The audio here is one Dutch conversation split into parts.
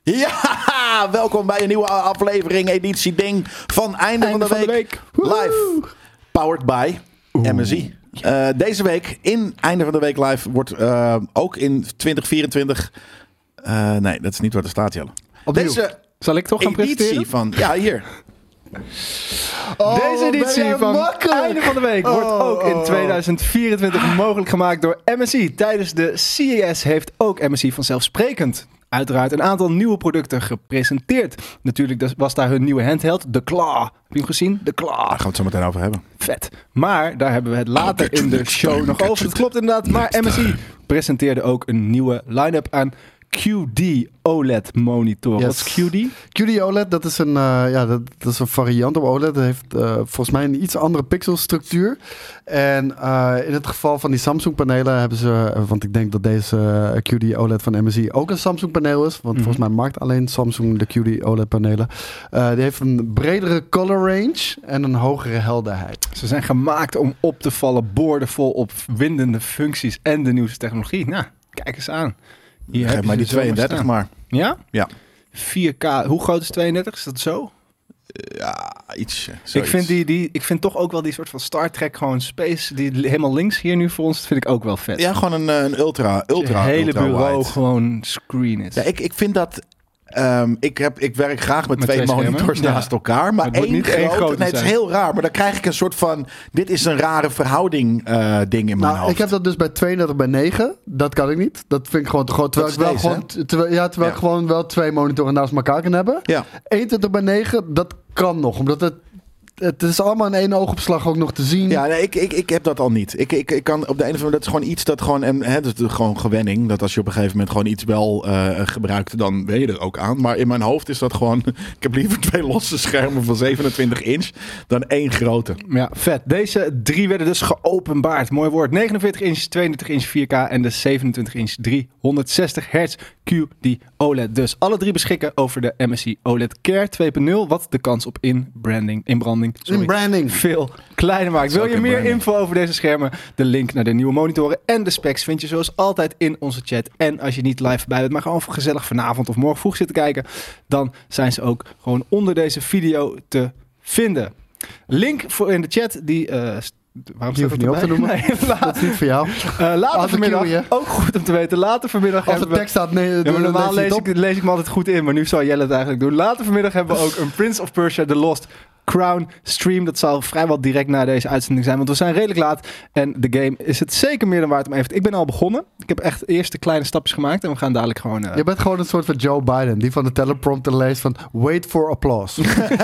Ja, welkom bij een nieuwe aflevering, editie ding van Einde van de Week. Live, powered by MSI. Deze week in Einde van de Week live wordt ook in 2024... nee, dat is niet wat er staat, Jelle. Deze zal ik toch gaan presenteren? Van, ja, hier. Deze editie van Einde van de Week wordt ook in 2024 mogelijk gemaakt door MSI. Tijdens de CES heeft ook MSI vanzelfsprekend uiteraard een aantal nieuwe producten gepresenteerd. Natuurlijk was daar hun nieuwe handheld, de Claw. Heb je hem gezien? De Claw. Daar gaan we het zo meteen over hebben. Vet. Maar daar hebben we het later in de show nog over. Dat klopt inderdaad. Maar MSI presenteerde ook een nieuwe line-up aan QD OLED monitor. Yes. Wat is QD? QD OLED, dat is dat is een variant op OLED. Dat heeft volgens mij een iets andere pixelstructuur. En in het geval van die Samsung panelen hebben ze, want ik denk dat deze QD OLED van MSI ook een Samsung paneel is. Want volgens mij maakt alleen Samsung de QD OLED panelen. Die heeft een bredere color range en een hogere helderheid. Ze zijn gemaakt om op te vallen, boordevol opwindende functies en de nieuwste technologie. Nou, kijk eens aan. Hier geef mij die 32 maar. Ja? Ja. 4K. Hoe groot is 32? Is dat zo? Ja, ietsje. Ik vind toch ook wel die soort van Star Trek gewoon space, die helemaal links hier nu voor ons, dat vind ik ook wel vet. Ja, gewoon een ultra hele bureau wide. gewoon screen is. Ja, ik vind dat... Ik werk graag met twee monitors naast elkaar. Maar één grote... Nee, het is heel raar. Maar dan krijg ik een soort van... Dit is een rare verhouding ding in mijn hoofd. Ik heb dat dus bij 32:9. Dat kan ik niet. Dat vind ik gewoon te groot. Terwijl ik gewoon wel twee monitoren naast elkaar kan hebben. Ja. 21:9, dat kan nog. Omdat het is allemaal in één oogopslag ook nog te zien. Ja, nee, ik heb dat al niet. Ik kan op de ene of andere... Dat is gewoon iets dat gewoon... Het is gewoon gewenning. Dat als je op een gegeven moment gewoon iets wel gebruikt... Dan weet je er ook aan. Maar in mijn hoofd is dat gewoon... Ik heb liever twee losse schermen van 27 inch... dan één grote. Ja, vet. Deze drie werden dus geopenbaard. Mooi woord. 49 inch, 32 inch 4K... en de 27 inch 360 hertz QD OLED. Dus alle drie beschikken over de MSI OLED Care 2.0... wat de kans op inbranding veel kleiner maakt. Wil je meer info over deze schermen? De link naar de nieuwe monitoren en de specs vind je zoals altijd in onze chat. En als je niet live bij bent, maar gewoon gezellig vanavond of morgen vroeg zit te kijken, dan zijn ze ook gewoon onder deze video te vinden. Link voor in de chat, waarom hoef je niet op te noemen? Nee, dat is niet voor jou. Later vanmiddag, ook goed om te weten, later vanmiddag als de tekst staat... normaal lees ik me altijd goed in, maar nu zal Jelle het eigenlijk doen. Later vanmiddag hebben we ook een Prince of Persia The Lost Crown stream. Dat zal vrijwel direct na deze uitzending zijn, want we zijn redelijk laat. En de game is het zeker meer dan waard om even... Ik ben al begonnen. Ik heb echt eerste kleine stapjes gemaakt en we gaan dadelijk gewoon... Je bent gewoon een soort van Joe Biden, die van de teleprompter leest van wait for applause.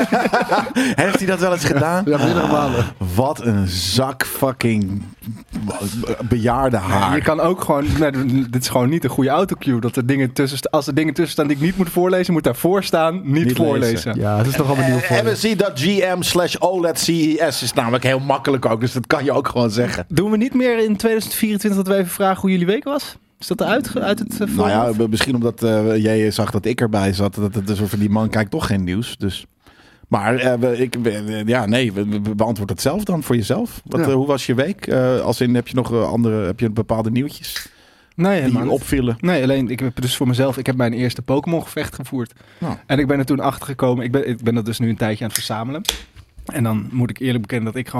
Heeft hij dat wel eens gedaan? Ja, meerdere malen. Wat een zak fucking bejaarde haar. Ja, je kan ook gewoon... dit is gewoon niet een goede autocue. Dat er dingen tussen... Als er dingen tussen staan die ik niet moet voorlezen, moet daarvoor staan, niet voorlezen. Lezen. Ja, dat is toch allemaal nieuw voor. MSI.gm/OLED CES is namelijk heel makkelijk ook. Dus dat kan je ook gewoon zeggen. Doen we niet meer in 2024 dat we even vragen hoe jullie week was? Is dat eruit uit het format? Nou ja, misschien omdat jij zag dat ik erbij zat. Dat het een soort van die man kijkt toch geen nieuws. Dus... Maar we beantwoorden het zelf dan voor jezelf. Hoe was je week? Als in, heb je nog bepaalde nieuwtjes? Nee, die opvielen? Nee, alleen ik heb dus voor mezelf... Ik heb mijn eerste Pokémon gevecht gevoerd. Oh. En ik ben er toen achter gekomen... Ik ben dat dus nu een tijdje aan het verzamelen. En dan moet ik eerlijk bekennen dat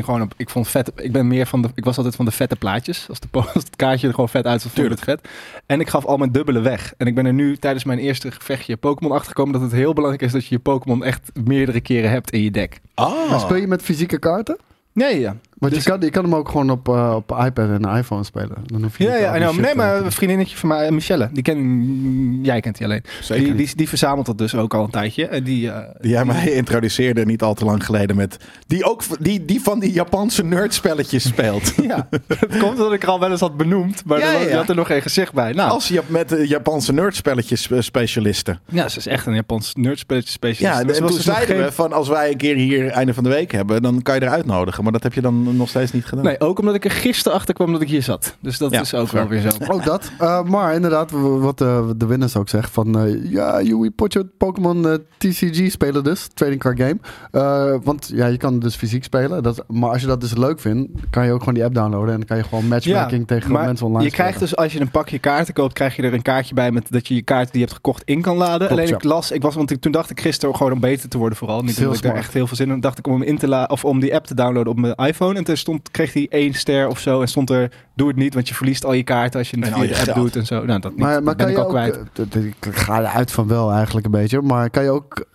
ik was altijd van de vette plaatjes. Als het kaartje er gewoon vet uit zat, vond ik het vet. En ik gaf al mijn dubbele weg. En ik ben er nu tijdens mijn eerste gevechtje Pokémon achtergekomen dat het heel belangrijk is dat je je Pokémon echt meerdere keren hebt in je deck. Oh. Maar speel je met fysieke kaarten? Nee, ja. Want dus je kan hem ook gewoon op iPad en iPhone spelen. Dan hoef je maar een vriendinnetje van mij, Michelle, jij kent die alleen. Zeker. Die verzamelt dat dus ook al een tijdje. En die jij mij introduceerde niet al te lang geleden met... Die van die Japanse nerdspelletjes speelt. Ja, het komt omdat ik er al wel eens had benoemd. Maar je had er nog geen gezicht bij. Nou, als je met de Japanse nerdspelletjes specialisten. Ja, ze is echt een Japanse nerdspelletjes specialist. Ja, en toen zeiden we van als wij een keer hier einde van de week hebben, dan kan je eruit nodigen. Maar dat heb je dan dan nog steeds niet gedaan. Nee, ook omdat ik er gisteren achter kwam dat ik hier zat. Dus dat is ook wel weer zo. Ook dat. Maar inderdaad, wat de winnaars ook zegt. Van Yui Pokémon TCG spelen dus. Trading card game. Want je kan dus fysiek spelen. Maar als je dat dus leuk vindt, kan je ook gewoon die app downloaden. En dan kan je gewoon matchmaking tegen mensen online je krijgt dus, als je een pakje kaarten koopt, krijg je er een kaartje bij met dat je kaarten die je hebt gekocht in kan laden. Klopt, alleen toen dacht ik gisteren gewoon om beter te worden vooral. Niet omdat ik daar echt heel veel zin in. Dacht ik om hem in te laden of om die app te downloaden op mijn iPhone. En toen kreeg hij 1 ster of zo. En stond er, doe het niet, want je verliest al je kaarten als je het via de app doet en zo. Nou, dat niet. Maar ben ik al kwijt. Ik ga eruit van wel eigenlijk een beetje. Maar kan je ook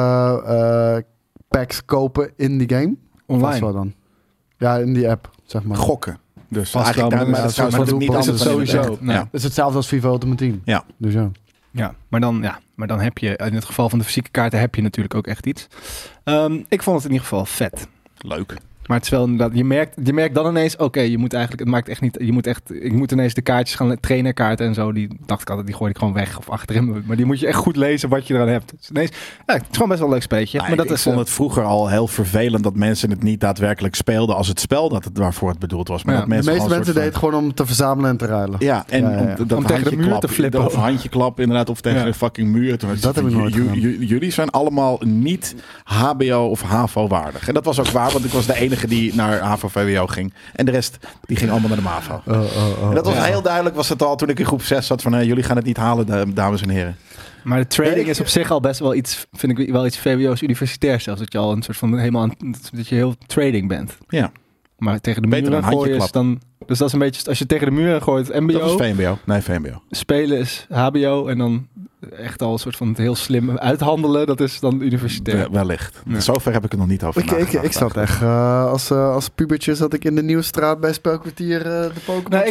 packs kopen in die game? Online? Wel dan? Ja, in die app, zeg maar. Gokken. Dus vast eigenlijk wel, maar dat is niet anders sowieso. Nee. Het is hetzelfde als FIFA Ultimate Team. Ja. Dus ja. Ja, maar dan heb je, in het geval van de fysieke kaarten heb je natuurlijk ook echt iets. Ik vond het in ieder geval vet. Leuk. Maar het is wel inderdaad, je merkt dan ineens, je moet eigenlijk, het maakt echt niet, ik moet ineens de kaartjes gaan, trainerkaarten en zo, die dacht ik altijd, die gooi ik gewoon weg of achterin. Maar die moet je echt goed lezen wat je eraan hebt. Dus ineens, het is gewoon best wel een leuk speeltje. Nou, maar ik vond het vroeger al heel vervelend dat mensen het niet daadwerkelijk speelden als het spel waarvoor het bedoeld was. Maar dat de meeste mensen deden het gewoon om te verzamelen en te ruilen. Ja, en om tegen de muur te flippen. Of handjeklap inderdaad, of tegen een fucking muur. Dat heb ik nooit gedaan. Jullie zijn allemaal niet HBO of HAVO waardig. En dat was ook waar, want ik was de enige die naar HAVO-VWO ging. En de rest, die ging allemaal naar de MAVO. En dat was heel duidelijk, was het al toen ik in groep 6 zat van jullie gaan het niet halen, dames en heren. Maar de trading is op zich al best wel iets, vind ik wel iets VWO's universitair zelfs. Dat je al een soort van dat je heel trading bent. Ja. Maar tegen de muur gooien is dan... Dus dat is een beetje... Als je tegen de muur gooit, MBO... Dat is VMBO. Nee, VMBO. Spelen is HBO en dan echt al een soort van het heel slim uithandelen. Dat is dan universitair. Wellicht. Ja. Zover heb ik het nog niet over nagedacht. Ik zat echt... als pubertje zat ik in de Nieuwstraat bij Spelkwartier de Pokémon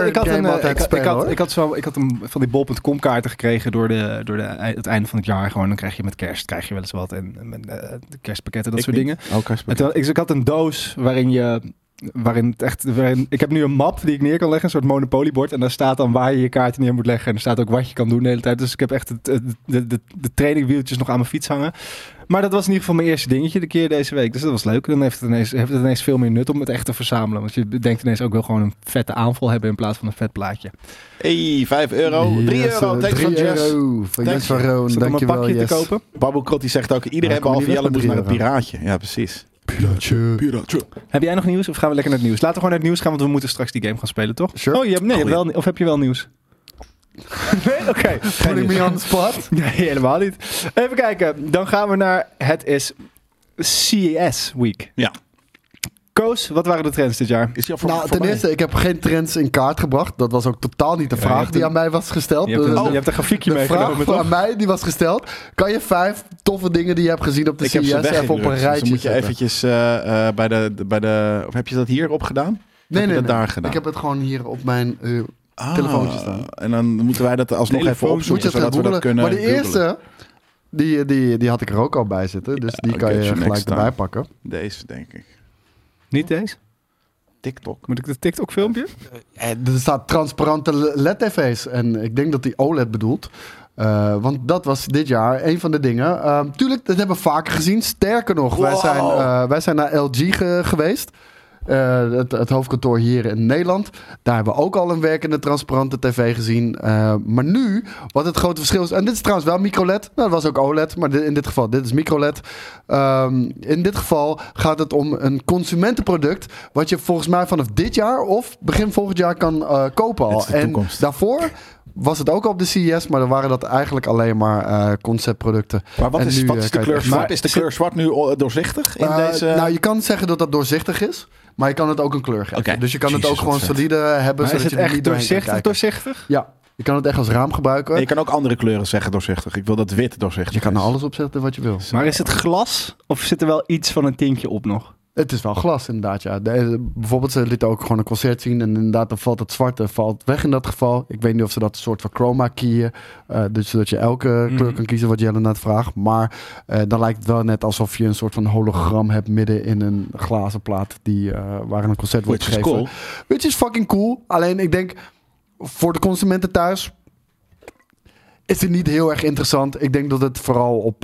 Ik had van die bol.com kaarten gekregen door het einde van het jaar. Gewoon, dan krijg je met kerst wel eens wat. En de kerstpakketten, dat soort dingen. Ik had een doos waarin ik heb nu een map die ik neer kan leggen, een soort Monopoly-bord. En daar staat dan waar je je kaarten neer moet leggen. En er staat ook wat je kan doen de hele tijd. Dus ik heb echt de trainingwieltjes nog aan mijn fiets hangen. Maar dat was in ieder geval mijn eerste dingetje de keer deze week. Dus dat was leuk. Dan heeft het ineens veel meer nut om het echt te verzamelen. Want je denkt ineens ook wel gewoon een vette aanval hebben in plaats van een vet plaatje. Hey, €5. €3. Thanks van Jess. Thanks van Roon. Dankjewel, een pakje te kopen. Babu Krotti zegt ook, iedereen behalve Jelle moest naar het piraatje. Ja, precies. Piraatje. Heb jij nog nieuws of gaan we lekker naar het nieuws? Laten we gewoon naar het nieuws gaan, want we moeten straks die game gaan spelen, toch? Sure. Oh, je hebt wel, of heb je wel nieuws? Nee? Oké. Putting me on the spot? Nee, helemaal niet. Even kijken. Dan gaan we naar het is CES Week. Ja. Koos, wat waren de trends dit jaar? Ten eerste, ik heb geen trends in kaart gebracht. Dat was ook totaal niet de vraag die aan mij was gesteld. Je hebt een grafiekje meegenomen. De vraag aan mij die was gesteld. Kan je 5 toffe dingen die je hebt gezien op de CES even op een rijtje dus dan moet je eventjes bij de... Of heb je dat hier opgedaan? Nee. Daar gedaan? Ik heb het gewoon hier op mijn telefoontje staan. En dan moeten wij dat alsnog even opzoeken, zodat we dat kunnen Maar de eerste, die had ik er ook al bij zitten. Dus die kan je gelijk erbij pakken. Deze, denk ik. Niet deze? TikTok. Moet ik de TikTok filmpje? Er staat transparante LED-tv's. En ik denk dat die OLED bedoelt. Want dat was dit jaar een van de dingen. Tuurlijk, dat hebben we vaker gezien. Sterker nog, wij zijn naar LG geweest. Het hoofdkantoor hier in Nederland. Daar hebben we ook al een werkende transparante tv gezien. Maar nu, wat het grote verschil is... En dit is trouwens wel microLED. Nou, dat was ook OLED. Maar in dit geval, dit is microLED. In dit geval gaat het om een consumentenproduct... wat je volgens mij vanaf dit jaar of begin volgend jaar kan kopen al. En daarvoor... was het ook op de CES, maar dan waren dat eigenlijk alleen maar conceptproducten. Maar wat is de kleur zwart? Is de kleur zwart nu doorzichtig? Nou, je kan zeggen dat dat doorzichtig is, maar je kan het ook een kleur geven. Okay. Dus je kan het ook gewoon solide hebben. Maar is het echt doorzichtig? Ja, je kan het echt als raam gebruiken. En je kan ook andere kleuren zeggen doorzichtig. Ik wil dat wit doorzichtig. Je kan er alles op zetten wat je wil. Maar is het glas of zit er wel iets van een tintje op nog? Het is wel glas, inderdaad, ja. Bijvoorbeeld, ze lieten ook gewoon een concert zien... en inderdaad, dan valt het zwarte valt weg in dat geval. Ik weet niet of ze dat een soort van chroma keyen... dus zodat je elke kleur kan kiezen wat Jelle net vraagt. Maar dan lijkt het wel net alsof je een soort van hologram hebt... midden in een glazen plaat waar een concert wordt gegeven. Cool. Which is fucking cool. Alleen, ik denk, voor de consumenten thuis... is het niet heel erg interessant. Ik denk dat het vooral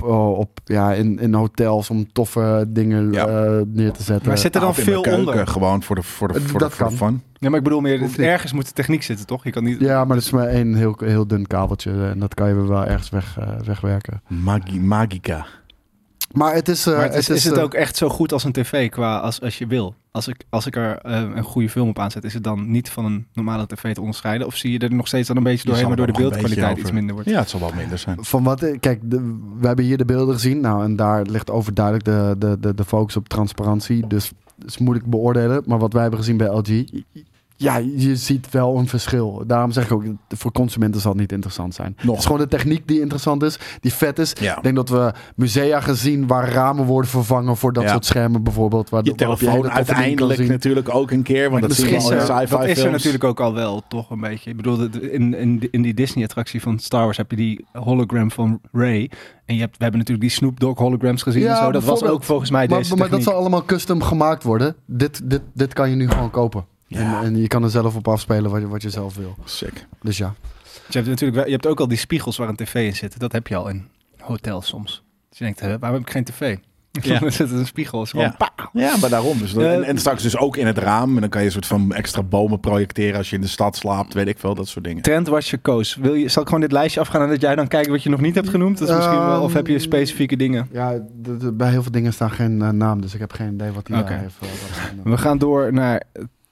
in hotels om toffe dingen neer te zetten. Maar zit er dan veel onder? Gewoon voor de fun. Ja, maar ik bedoel meer, ergens moet de techniek zitten, toch? Je kan niet... Ja, maar dat is maar één heel dun kabeltje. En dat kan je wel ergens wegwerken. Magica. Maar het is... is het ook echt zo goed als een tv, als je wil? Als ik er een goede film op aanzet, is het dan niet van een normale tv te onderscheiden? Of zie je er nog steeds dan een beetje doorheen, waardoor de beeldkwaliteit iets minder wordt? Ja, het zal wel minder zijn. Kijk, we hebben hier de beelden gezien. Nou, en daar ligt overduidelijk de focus op transparantie. Dus is moeilijk beoordelen. Maar wat wij hebben gezien bij LG... Ja, je ziet wel een verschil. Daarom zeg ik ook, voor consumenten zal het niet interessant zijn. Het is gewoon de techniek die interessant is, die vet is. Ja. Ik denk dat we musea gaan zien waar ramen worden vervangen voor dat soort schermen bijvoorbeeld. Waar je telefoon uiteindelijk natuurlijk ook een keer, want dat zien we al in sci-fi films. Dat is er natuurlijk ook al wel, toch een beetje. Ik bedoel, in die Disney-attractie van Star Wars heb je die hologram van Rey. En we hebben natuurlijk die Snoop Dogg holograms gezien en zo. Dat was ook volgens mij deze techniek. Maar dat zal allemaal custom gemaakt worden. Dit kan je nu gewoon kopen. Ja. En je kan er zelf op afspelen wat je zelf wil. Sick. Dus ja. Dus je hebt ook al die spiegels waar een tv in zit. Dat heb je al in hotels soms. Dus je denkt, waarom heb ik geen tv? Ja. Dan zit er een spiegel. Ja, maar daarom. Dus en straks dus ook in het raam. En dan kan je een soort van extra bomen projecteren als je in de stad slaapt. Weet ik veel, dat soort dingen. Trendwatcher Koos. Zal ik gewoon dit lijstje afgaan en dat jij dan kijkt wat je nog niet hebt genoemd? Dat is misschien wel, of heb je specifieke dingen? Ja, bij heel veel dingen staan geen naam. Dus ik heb geen idee wat hij heeft. We gaan door naar...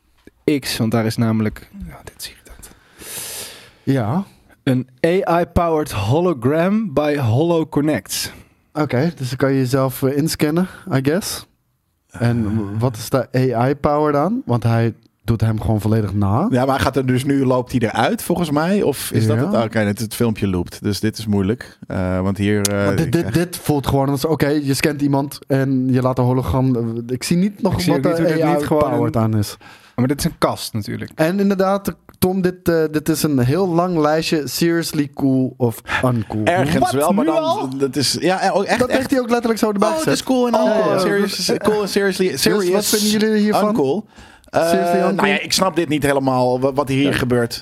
X, want daar is namelijk... dit is irritant. Ja. Een AI-powered hologram by HoloConnect. Oké, dus dan kan je jezelf inscannen, I guess. En wat is daar AI-powered aan? Want hij doet hem gewoon volledig na. Ja, maar hij gaat er dus nu, loopt hij eruit volgens mij? Of is dat het? Oké, het filmpje loopt. Dus dit is moeilijk. Want hier... dit voelt gewoon als, je scant iemand en je laat een hologram... Ik zie niet nog wat er AI-powered aan is. Maar dit is een kast natuurlijk. En inderdaad, Tom, dit is een heel lang lijstje. Seriously cool of uncool. Ergens wel, maar dan... Dat is, dat heeft hij ook letterlijk zo erbij gezet. Het is cool en uncool. Cool en serious. Wat vinden jullie hiervan? Uncool. Nou ja, ik snap dit niet helemaal, wat hier gebeurt.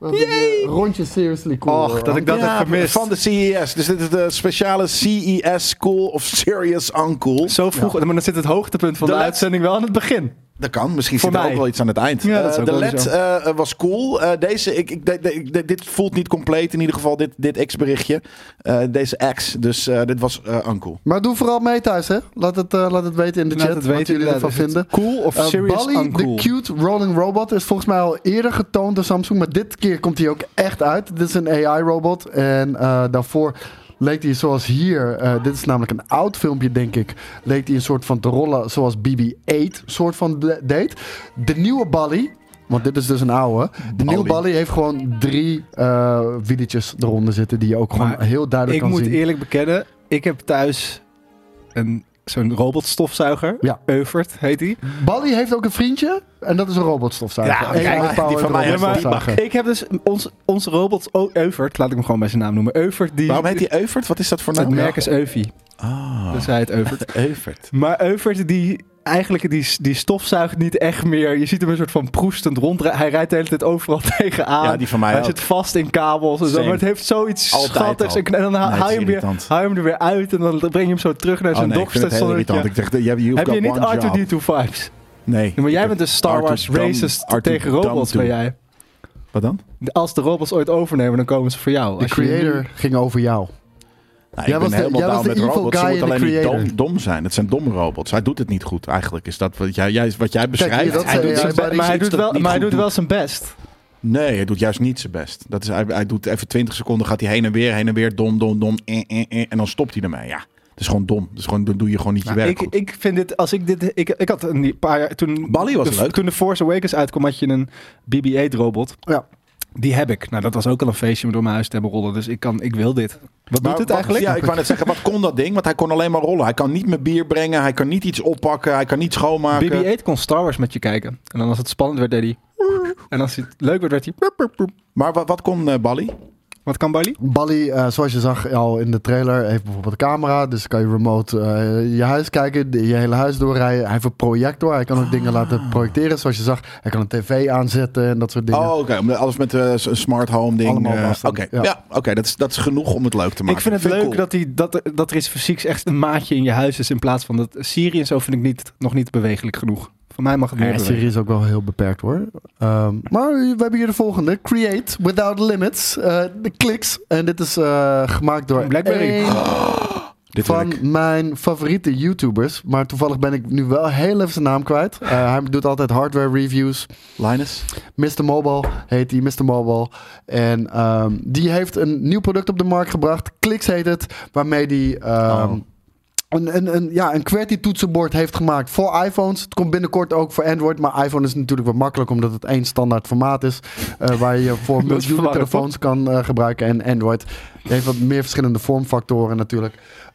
Rondje seriously cool. Och, dat ik dat heb gemist. Van de CES. Dus dit is de speciale CES cool of serious uncool. Zo vroeg, maar dan zit het hoogtepunt van de uitzending wel aan het begin. Dat kan. Misschien zit er ook wel iets aan het eind. Ja, de LED was cool. Deze, dit voelt niet compleet. In ieder geval dit X-berichtje. Deze X. Dus dit was uncool. Maar doe vooral mee thuis, hè? Laat het weten in de chat wat jullie ervan vinden. Cool of serious Bally, uncool? de cute rolling robot, is volgens mij al eerder getoond door Samsung. Maar dit keer komt hij ook echt uit. Dit is een AI-robot. En daarvoor... leek hij zoals hier, dit is namelijk een oud filmpje denk ik, leek hij een soort van te rollen zoals BB-8 soort van deed. De nieuwe Bally, want dit is dus een oude, nieuwe Bally heeft gewoon 3 wieltjes eronder zitten die je ook gewoon heel duidelijk kan zien. Ik moet eerlijk bekennen, ik heb thuis zo'n robotstofzuiger. Ja. Euvert heet die. Bally heeft ook een vriendje. En dat is een robotstofzuiger. Ja, die van mij ik heb dus onze robot Euvert, laat ik hem gewoon bij zijn naam noemen. Euvert die... Waarom heet hij Euvert? Wat is dat voor naam? Het merk is Euvi. Dus hij heet Euvert. Euvert. Maar Euvert die stofzuigt niet echt meer. Je ziet hem een soort van proestend rond. Hij rijdt de hele tijd overal tegenaan. Ja, die van mij Hij zit vast in kabels. En zo, maar het heeft zoiets schattigs. En dan haal je hem er weer uit. En dan breng je hem zo terug naar zijn dockstation. Ik dacht, heb je niet R2-D2 vibes? Nee. Maar jij bent de Star Wars racist tegen robots, ben jij. Wat dan? Als de robots ooit overnemen, dan komen ze voor jou. De creator ging over jou. Nou, jij was de met robots. Ze moeten alleen niet dom zijn. Het zijn domme robots. Hij doet het niet goed. Eigenlijk is dat wat jij beschrijft. Hij doet wel zijn best. Nee, hij doet juist niet zijn best. Hij doet even 20 seconden, gaat hij heen en weer, dom. En dan stopt hij ermee. Ja. Het is gewoon dom. Dus dan doe je gewoon niet je werk goed. Ik vind dit, ik had een paar jaar toen... Bally was leuk. Toen de Force Awakens uitkwam, had je een BB-8 robot. Ja. Die heb ik. Nou, dat was ook al een feestje om door mijn huis te hebben rollen. Dus ik wil dit. Wat doet het eigenlijk? Ja, ik wou net zeggen, wat kon dat ding? Want hij kon alleen maar rollen. Hij kan niet meer bier brengen. Hij kan niet iets oppakken. Hij kan niet schoonmaken. BB-8 kon Star Wars met je kijken. En dan als het spannend werd, deed hij... En als het leuk werd, werd hij... Maar wat kon Bally? Wat kan Bali? Bali, zoals je zag al in de trailer, heeft bijvoorbeeld een camera. Dus kan je remote je huis kijken, je hele huis doorrijden. Hij heeft een projector. Hij kan ook dingen laten projecteren. Zoals je zag, hij kan een tv aanzetten en dat soort dingen. Oh, oké. Alles met een smart home ding. Oké. Dat is genoeg om het leuk te maken. Ik vind het leuk dat er iets fysieks echt een maatje in je huis is. In plaats van dat Siri en zo vind ik nog niet bewegelijk genoeg. Voor mij mag het meer Siri is ook wel heel beperkt hoor. Maar we hebben hier de volgende. Create Without Limits. De kliks. En dit is gemaakt door BlackBerry. Van mijn favoriete YouTubers. Maar toevallig ben ik nu wel heel even zijn naam kwijt. Hij doet altijd hardware reviews. Linus? Mr. Mobile heet hij. Mr. Mobile. En die heeft een nieuw product op de markt gebracht. Kliks heet het. Waarmee die... een QWERTY toetsenbord heeft gemaakt voor iPhones. Het komt binnenkort ook voor Android. Maar iPhone is natuurlijk wat makkelijk omdat het één standaard formaat is. Waar je voor miljoenen telefoons kan gebruiken. En Android heeft wat meer verschillende vormfactoren natuurlijk.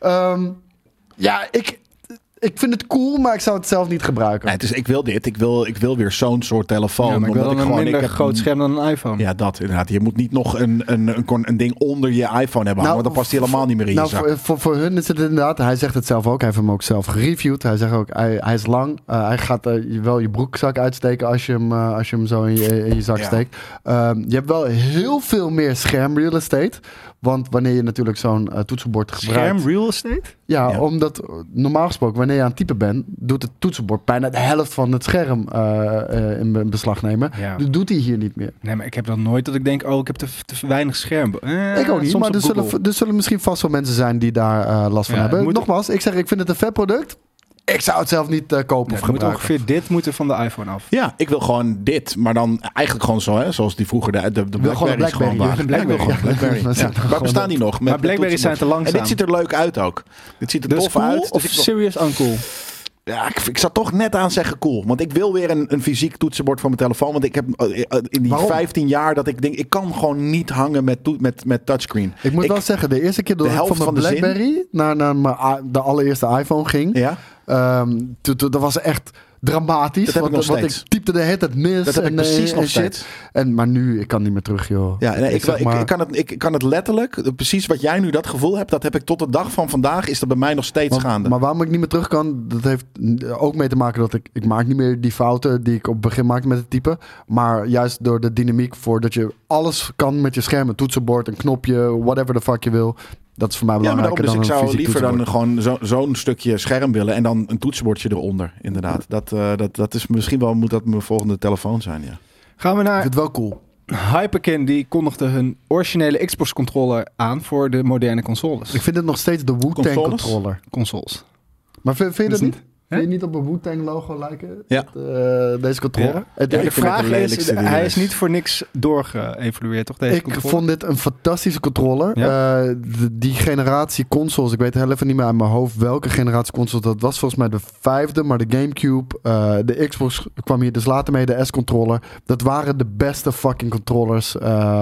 Ik vind het cool, maar ik zou het zelf niet gebruiken. Nee, ik wil dit. Ik wil weer zo'n soort telefoon. Ja, maar ik wil dan een minder groot scherm dan een iPhone. Ja, dat inderdaad. Je moet niet nog een ding onder je iPhone hebben. Want dan past hij helemaal niet meer in je zak. Voor hun is het inderdaad. Hij zegt het zelf ook. Hij heeft hem ook zelf gereviewd. Hij zegt ook, hij is lang. Hij gaat wel je broekzak uitsteken als je hem zo in je zak steekt. Je hebt wel heel veel meer schermreal estate. Want wanneer je natuurlijk zo'n toetsenbord gebruikt... Scherm real estate? Ja, omdat normaal gesproken, wanneer je aan het typen bent... doet het toetsenbord bijna de helft van het scherm in beslag nemen. Ja. Dat doet hij hier niet meer. Nee, maar ik heb dan nooit dat ik denk... ik heb te weinig scherm. Ik ook niet, maar er zullen misschien vast wel mensen zijn... die daar last van hebben. Nogmaals, ik vind het een vet product... Ik zou het zelf niet kopen of gebruiken. Ongeveer dit moeten van de iPhone af. Ja, ik wil gewoon dit. Maar dan eigenlijk gewoon zo, hè, zoals die vroeger de BlackBerry gewoon waren. BlackBerry. Waar bestaan die nog? Maar BlackBerry zijn te langzaam. En dit ziet er leuk uit ook. Dit ziet er dus tof cool uit. Of serious uncool? Ja, ik zou toch net aan zeggen cool. Want ik wil weer een fysiek toetsenbord voor mijn telefoon. Want ik heb in die 15 jaar dat ik denk... Ik kan gewoon niet hangen met touchscreen. Ik moet wel zeggen, de eerste keer dat ik van mijn BlackBerry... naar de allereerste iPhone ging... Ja? Dat was echt dramatisch. Want ik typte de hele tijd mis. Dat heb ik precies nog steeds. Maar nu, ik kan niet meer terug, joh. Ja, nee, ik kan het letterlijk, precies wat jij nu dat gevoel hebt, dat heb ik tot de dag van vandaag, is dat bij mij nog steeds gaande. Maar waarom ik niet meer terug kan, dat heeft ook mee te maken dat ik maak niet meer die fouten die ik op het begin maakte met het typen. Maar juist door de dynamiek voordat je alles kan met je scherm, een toetsenbord, een knopje, whatever the fuck je wil. Dat is voor mij belangrijker dan een fysiek toetsenbord. Ik zou liever toetsenbord. dan gewoon zo'n stukje scherm willen en dan een toetsenbordje eronder. Inderdaad. Dat is misschien wel, moet dat mijn volgende telefoon zijn, ja. Gaan we naar... Ik vind het wel cool. Hyperkin, die kondigde hun originele Xbox controller aan voor de moderne consoles. Ik vind het nog steeds de Wu-Tang controller. Consoles. Maar vind je dat niet? Vind je niet op een Wu-Tang logo lijken? Ja. Deze controller? Ja. De vraag is, hij is niet voor niks doorgeëvalueerd, toch? Deze controller? Ik vond dit een fantastische controller. Ja. Die generatie consoles, ik weet heel even niet meer uit mijn hoofd welke generatie consoles dat was. Volgens mij de 5e, maar de Gamecube, de Xbox kwam hier dus later mee, de S-controller. Dat waren de beste fucking controllers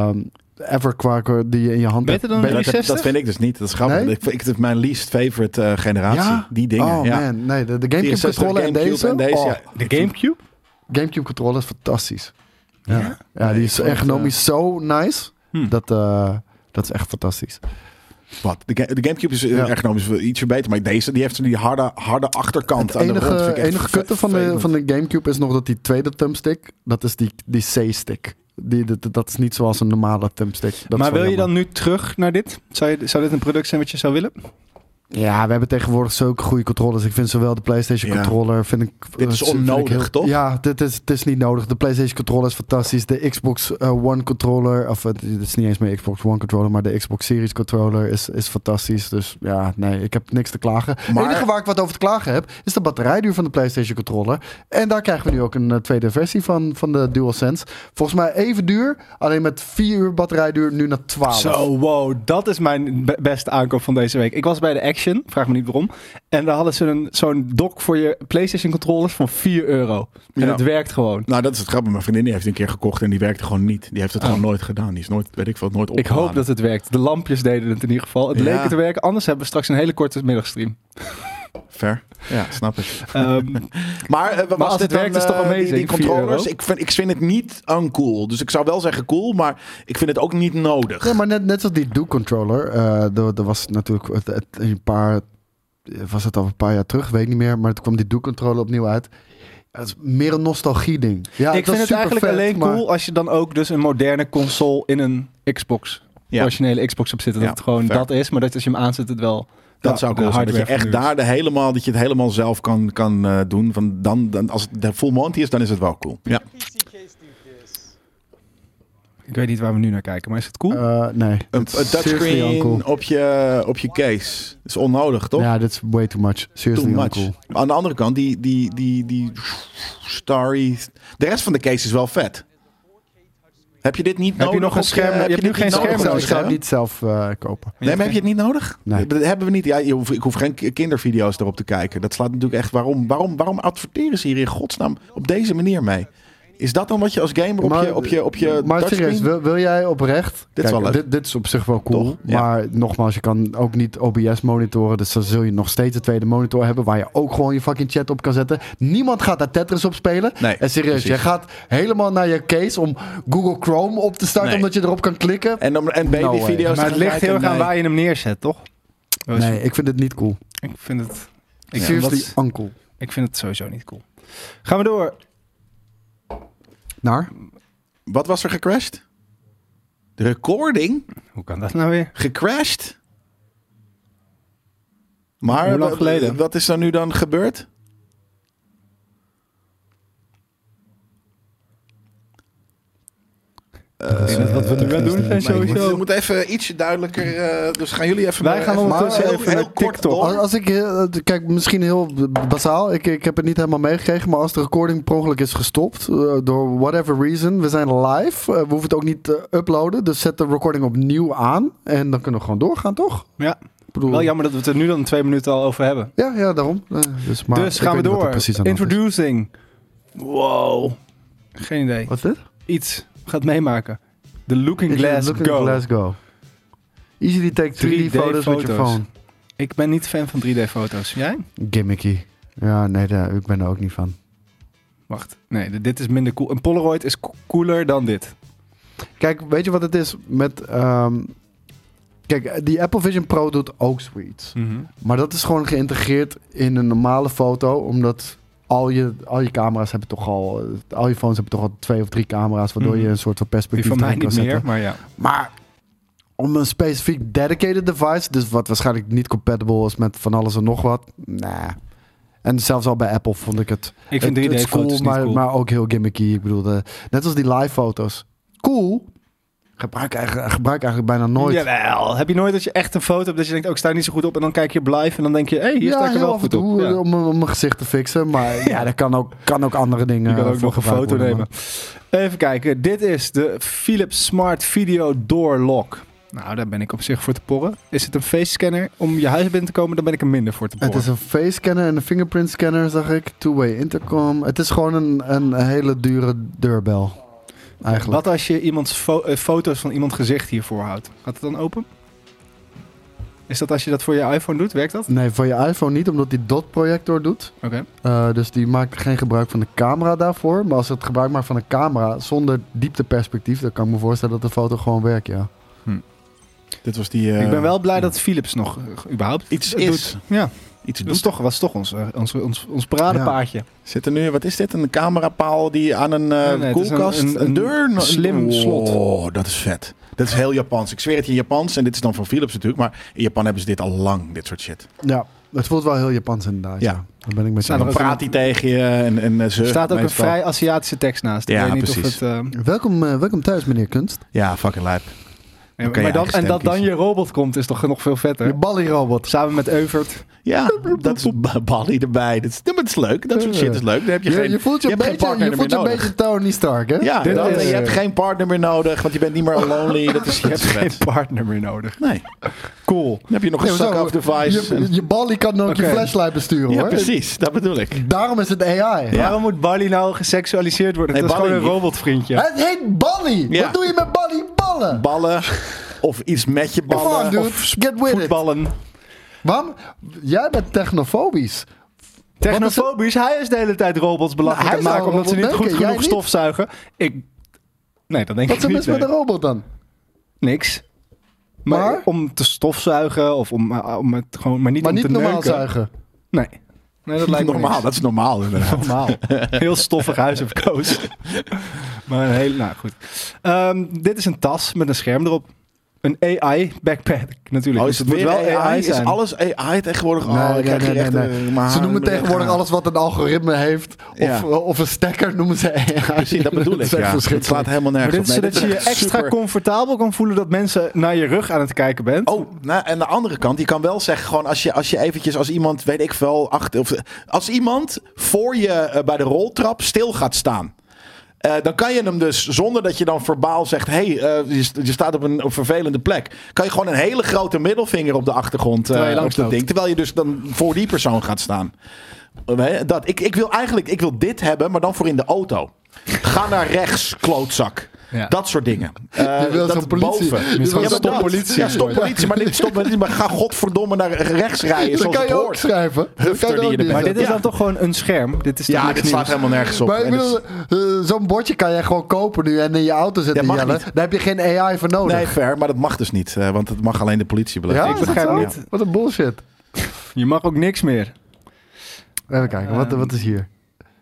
ever die je in je hand hebt. Beter dan de 360? Dat vind ik dus niet. Dat is grappig. Nee? Ik vind mijn least favorite generatie. Ja? Die dingen. Oh man, nee. De Gamecube controller en deze. De Gamecube? Gamecube controller is fantastisch. Ja, die is ergonomisch zo nice. Dat is echt fantastisch. Wat? De Gamecube is ergonomisch ietsje beter, maar deze die heeft die harde achterkant. Het enige kutte van de Gamecube is nog dat die tweede thumbstick, dat is die C-stick. Dat is niet zoals een normale thumbstick. Maar wil je dan nu terug naar dit? Zou dit een product zijn wat je zou willen? Ja, we hebben tegenwoordig zulke goede controllers. Ik vind zowel de PlayStation controller... Dit is onnodig, toch? Ja, het is niet nodig. De PlayStation controller is fantastisch. De Xbox One controller... Of het is niet eens meer Xbox One controller... maar de Xbox Series controller is fantastisch. Dus ja, nee, ik heb niks te klagen. Het enige waar ik wat over te klagen heb... is de batterijduur van de PlayStation controller. En daar krijgen we nu ook een tweede versie van de DualSense. Volgens mij even duur. Alleen met 4 uur batterijduur nu naar 12. Zo, wow. Dat is mijn beste aankoop van deze week. Ik was bij de Action. Vraag me niet waarom. En daar hadden ze zo'n dock voor je PlayStation controllers van €4. En het werkt gewoon. Nou, dat is het grappige. Mijn vriendin die heeft een keer gekocht en die werkte gewoon niet. Die heeft het gewoon nooit gedaan. Die is nooit, weet ik veel, nooit opgeladen. Ik hoop dat het werkt. De lampjes deden het in ieder geval. Het leek te werken. Anders hebben we straks een hele korte middagstream. Fair. Ja, snap ik. Maar was als het werkt is het toch amazing, die controllers, €4? ik vind het niet uncool. Dus ik zou wel zeggen cool, maar ik vind het ook niet nodig. Ja, maar net zoals die Duke-controller. Er was natuurlijk was het al een paar jaar terug, weet ik niet meer. Maar toen kwam die Duke-controller opnieuw uit. Het is meer een nostalgie-ding. Ja, Ik vind het eigenlijk vet, alleen cool als je dan ook dus een moderne console in een Xbox, originele Xbox hebt zitten. Dat het gewoon dat is, maar dat als je hem aanzet het wel... Dat zou cool zijn. Dat je echt daar dat je het helemaal zelf kan doen. Van dan, als het de full Monty is, dan is het wel cool. Ja. Ik weet niet waar we nu naar kijken, maar is het cool? Nee. Een touchscreen op je case. Dat is onnodig, toch? Ja, dat is way too much. Seriously uncool. Aan de andere kant, die Starry... De rest van de case is wel vet. Heb je dit niet nodig? Heb je nog een scherm? Je hebt nu geen scherm nodig. Ik zou het niet zelf kopen. Nee, maar heb je het niet nodig? Nee. Dat hebben we niet. Ja, ik hoef geen kindervideo's erop te kijken. Dat slaat natuurlijk echt... Waarom adverteren ze hier in godsnaam op deze manier mee? Is dat dan wat je als gamer op je maar serieus, wil jij oprecht... Dit is wel leuk. Dit is op zich wel cool. Toch? Ja. Maar nogmaals, je kan ook niet OBS monitoren. Dus dan zul je nog steeds een tweede monitor hebben... waar je ook gewoon je fucking chat op kan zetten. Niemand gaat daar Tetris op spelen. Nee, en serieus, precies. jij gaat helemaal naar je case... om Google Chrome op te starten... omdat je erop kan klikken. En babyvideo's. Maar het ligt heel erg aan waar je hem neerzet, toch? Nee, ik vind het niet cool. Ik vind het... Seriously uncool. Ik vind het sowieso niet cool. Gaan we door. Naar? Wat was er gecrashed? De recording? Hoe kan dat nou weer? Gecrashed? Maar hoe lang geleden? Wat is er nu dan gebeurd? Wat we nu aan doen zijn sowieso... We moeten even ietsje duidelijker... dus gaan jullie even... Wij gaan ondertussen even naar TikTok. Als ik... kijk, misschien heel basaal. Ik heb het niet helemaal meegekregen. Maar als de recording per ongeluk is gestopt... door whatever reason. We zijn live. We hoeven het ook niet te uploaden. Dus zet de recording opnieuw aan. En dan kunnen we gewoon doorgaan, toch? Ja. Wel jammer dat we het er nu dan 2 minuten al over hebben. Ja, daarom. Dus gaan we door. Introducing. Wow. Geen idee. Wat is dit? Iets gaat meemaken. The Looking Glass Go. Easily take 3D foto's met je phone. Ik ben niet fan van 3D-foto's. Jij? Gimmicky. Ja, nee, ik ben er ook niet van. Wacht. Nee, dit is minder cool. Een Polaroid is cooler dan dit. Kijk, weet je wat het is met... Kijk, die Apple Vision Pro doet ook zoiets. Mm-hmm. Maar dat is gewoon geïntegreerd in een normale foto, omdat al je camera's hebben toch al... Al je phones hebben toch al 2 of 3 camera's, waardoor je een soort van perspectief van mij kan niet zetten. meer, maar ja. Maar om een specifiek dedicated device, dus wat waarschijnlijk niet compatible is met van alles en nog wat, nah. En zelfs al bij Apple vond ik het... Ik vind 3D-foto's cool, niet cool. maar ook heel gimmicky. Ik bedoel, net als die live foto's. Cool. Gebruik eigenlijk bijna nooit. Jawel. Heb je nooit dat je echt een foto hebt dat je denkt, ik sta er niet zo goed op en dan kijk je op live en dan denk je, hé, hier sta ik er wel goed op. Ja, om mijn gezicht te fixen. Maar ja, dat kan ook andere dingen. Je kan ook nog een foto nemen. Man. Even kijken. Dit is de Philips Smart Video Door Lock. Nou, daar ben ik op zich voor te porren. Is het een face scanner om je huis binnen te komen? Dan ben ik er minder voor te porren. Het is een face scanner en een fingerprint scanner, zag ik. Two-way intercom. Het is gewoon een hele dure deurbel. Eigenlijk. Wat als je iemands foto's van iemands gezicht hiervoor houdt? Gaat het dan open? Is dat als je dat voor je iPhone doet? Werkt dat? Nee, voor je iPhone niet, omdat die dot projector doet. Oké. Dus die maakt geen gebruik van de camera daarvoor. Maar als het gebruik maakt van een camera zonder diepteperspectief, dan kan ik me voorstellen dat de foto gewoon werkt, ja. Dit was die... Ik ben wel blij dat Philips nog überhaupt iets doet. Is. Ja. Iets dat was toch ons paradepaardje. Ja. Zit er nu, wat is dit? Een camerapaal die aan een koelkast, een deur... Slim slot. Oh, dat is vet. Dat is heel Japans. Ik zweer het in Japans. En dit is dan van Philips natuurlijk. Maar in Japan hebben ze dit al lang, dit soort shit. Ja, het voelt wel heel Japans inderdaad. Ja. Dan ben ik met dan praat hij tegen je en ze... Er staat ook een vrij Aziatische tekst naast. Ja, ik weet precies. Niet of het, welkom thuis, meneer Kunst. Ja, fucking lijp. Ja, maar dat dan je robot komt is toch nog veel vetter? Je Bally-robot. Samen met Euvert. Ja, dat is Bally erbij. Dat is leuk. Dat soort shit is leuk. Dan heb je voelt je een beetje Tony Stark, hè? Ja, je hebt geen partner meer nodig, want je bent niet meer lonely. Dat is je hebt geen partner meer nodig. Nee. Cool. Dan heb je nog een suck-off device. Je Bally kan ook je flashlight besturen, hoor. Ja, precies. Dat bedoel ik. Daarom is het AI. Ja. Waarom moet Bally nou geseksualiseerd worden? Het is gewoon een robotvriendje. Het heet Bally. Ja. Wat doe je met Bally? Ballen. Ballen. Of iets met je ballen. Dude, of voetballen. Waarom? Jij bent technofobisch. Technofobisch, hij is de hele tijd robots belachelijk aan het maken omdat ze niet goed genoeg stofzuigen. Nee, dat denk ik niet. Wat is er mis met een robot dan? Niks. Maar om te stofzuigen of om het gewoon, maar niet om te neuken. normaal zuigen. Nee, dat lijkt me normaal. niks. Dat is normaal inderdaad. Normaal. Heel stoffig huis heb ik gekozen. Maar een hele, nou goed. Dit is een tas met een scherm erop. Een AI backpack natuurlijk. Is het weer wel AI zijn? Is alles AI tegenwoordig? Nee. Ze noemen tegenwoordig alles wat een algoritme heeft. Of een stekker noemen ze AI. Precies, dat bedoel ik. Het slaat helemaal nergens op. Zodat je je extra comfortabel kan voelen dat mensen naar je rug aan het kijken bent. En aan de andere kant, je kan wel zeggen, gewoon als je eventjes als iemand, weet ik veel, als iemand voor je bij de roltrap stil gaat staan. Dan kan je hem dus, zonder dat je dan verbaal zegt... je staat op een vervelende plek. Kan je gewoon een hele grote middelvinger op de achtergrond op dat ding. Terwijl je dus dan voor die persoon gaat staan. Ik wil dit hebben, maar dan voor in de auto. Ga naar rechts, klootzak. Ja. Dat soort dingen. Je wil zo'n politie. Stop politie. Ja, stop politie. Maar ga godverdomme naar rechts rijden. Dat kan je ook schrijven. Maar dit is dan toch gewoon een scherm? Dit slaat helemaal nergens op. Maar ik bedoel, zo'n bordje kan jij gewoon kopen nu en in je auto zetten. Daar heb je geen AI voor nodig. Nee, fair. Maar dat mag dus niet. Want het mag alleen de politie beleggen. Ja, ik begrijp niet. Wat een bullshit. Je mag ook niks meer. Even kijken. Wat is hier?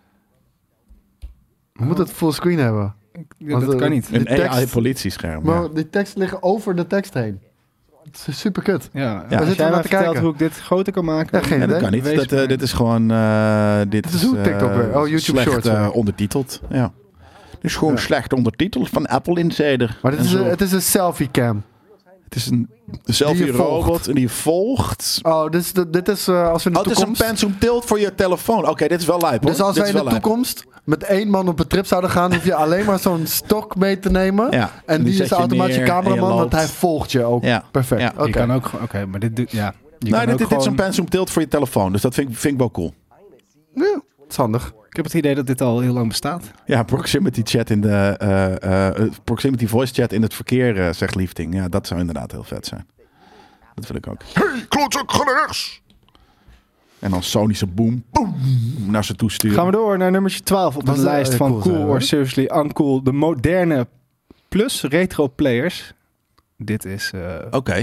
We moeten het fullscreen hebben. Dat kan niet. Een AI-politiescherm. Maar die tekst liggen over de tekst heen. Het is super kut. Ja. Als jij mij vertelt hoe ik dit groter kan maken. Geen idee. Dat kan niet. Dit is gewoon... dit is hoe TikTok weer. YouTube slecht Shorts. Ondertiteld. Ja. Het is gewoon slecht ondertiteld van Apple Insider. Maar het is een selfie cam. Het is een selfie robot en die volgt. Dit is als we in de toekomst... Het is een Pentium tilt voor je telefoon. Oké, dit is wel lijp. Dus als wij in de toekomst met 1 man op een trip zouden gaan, hoef je alleen maar zo'n stok mee te nemen. Ja, en die is automatisch je cameraman, want hij volgt je ook. Ja. Perfect. Ja, je kan ook... Oké, maar dit doet... Ja. Dit is een Pentium tilt voor je telefoon. Dus dat vind ik wel cool. Ja, dat is handig. Ik heb het idee dat dit al heel lang bestaat. Ja, proximity chat in de proximity voice chat in het verkeer, zegt Liefding. Ja, dat zou inderdaad heel vet zijn. Dat wil ik ook. Hey, klootzak, ga naar rechts! En dan sonische boom naar ze toe sturen. Gaan we door naar nummertje 12 op de lijst van Cool or Seriously Uncool. De moderne plus retro players. Dit is... Oké.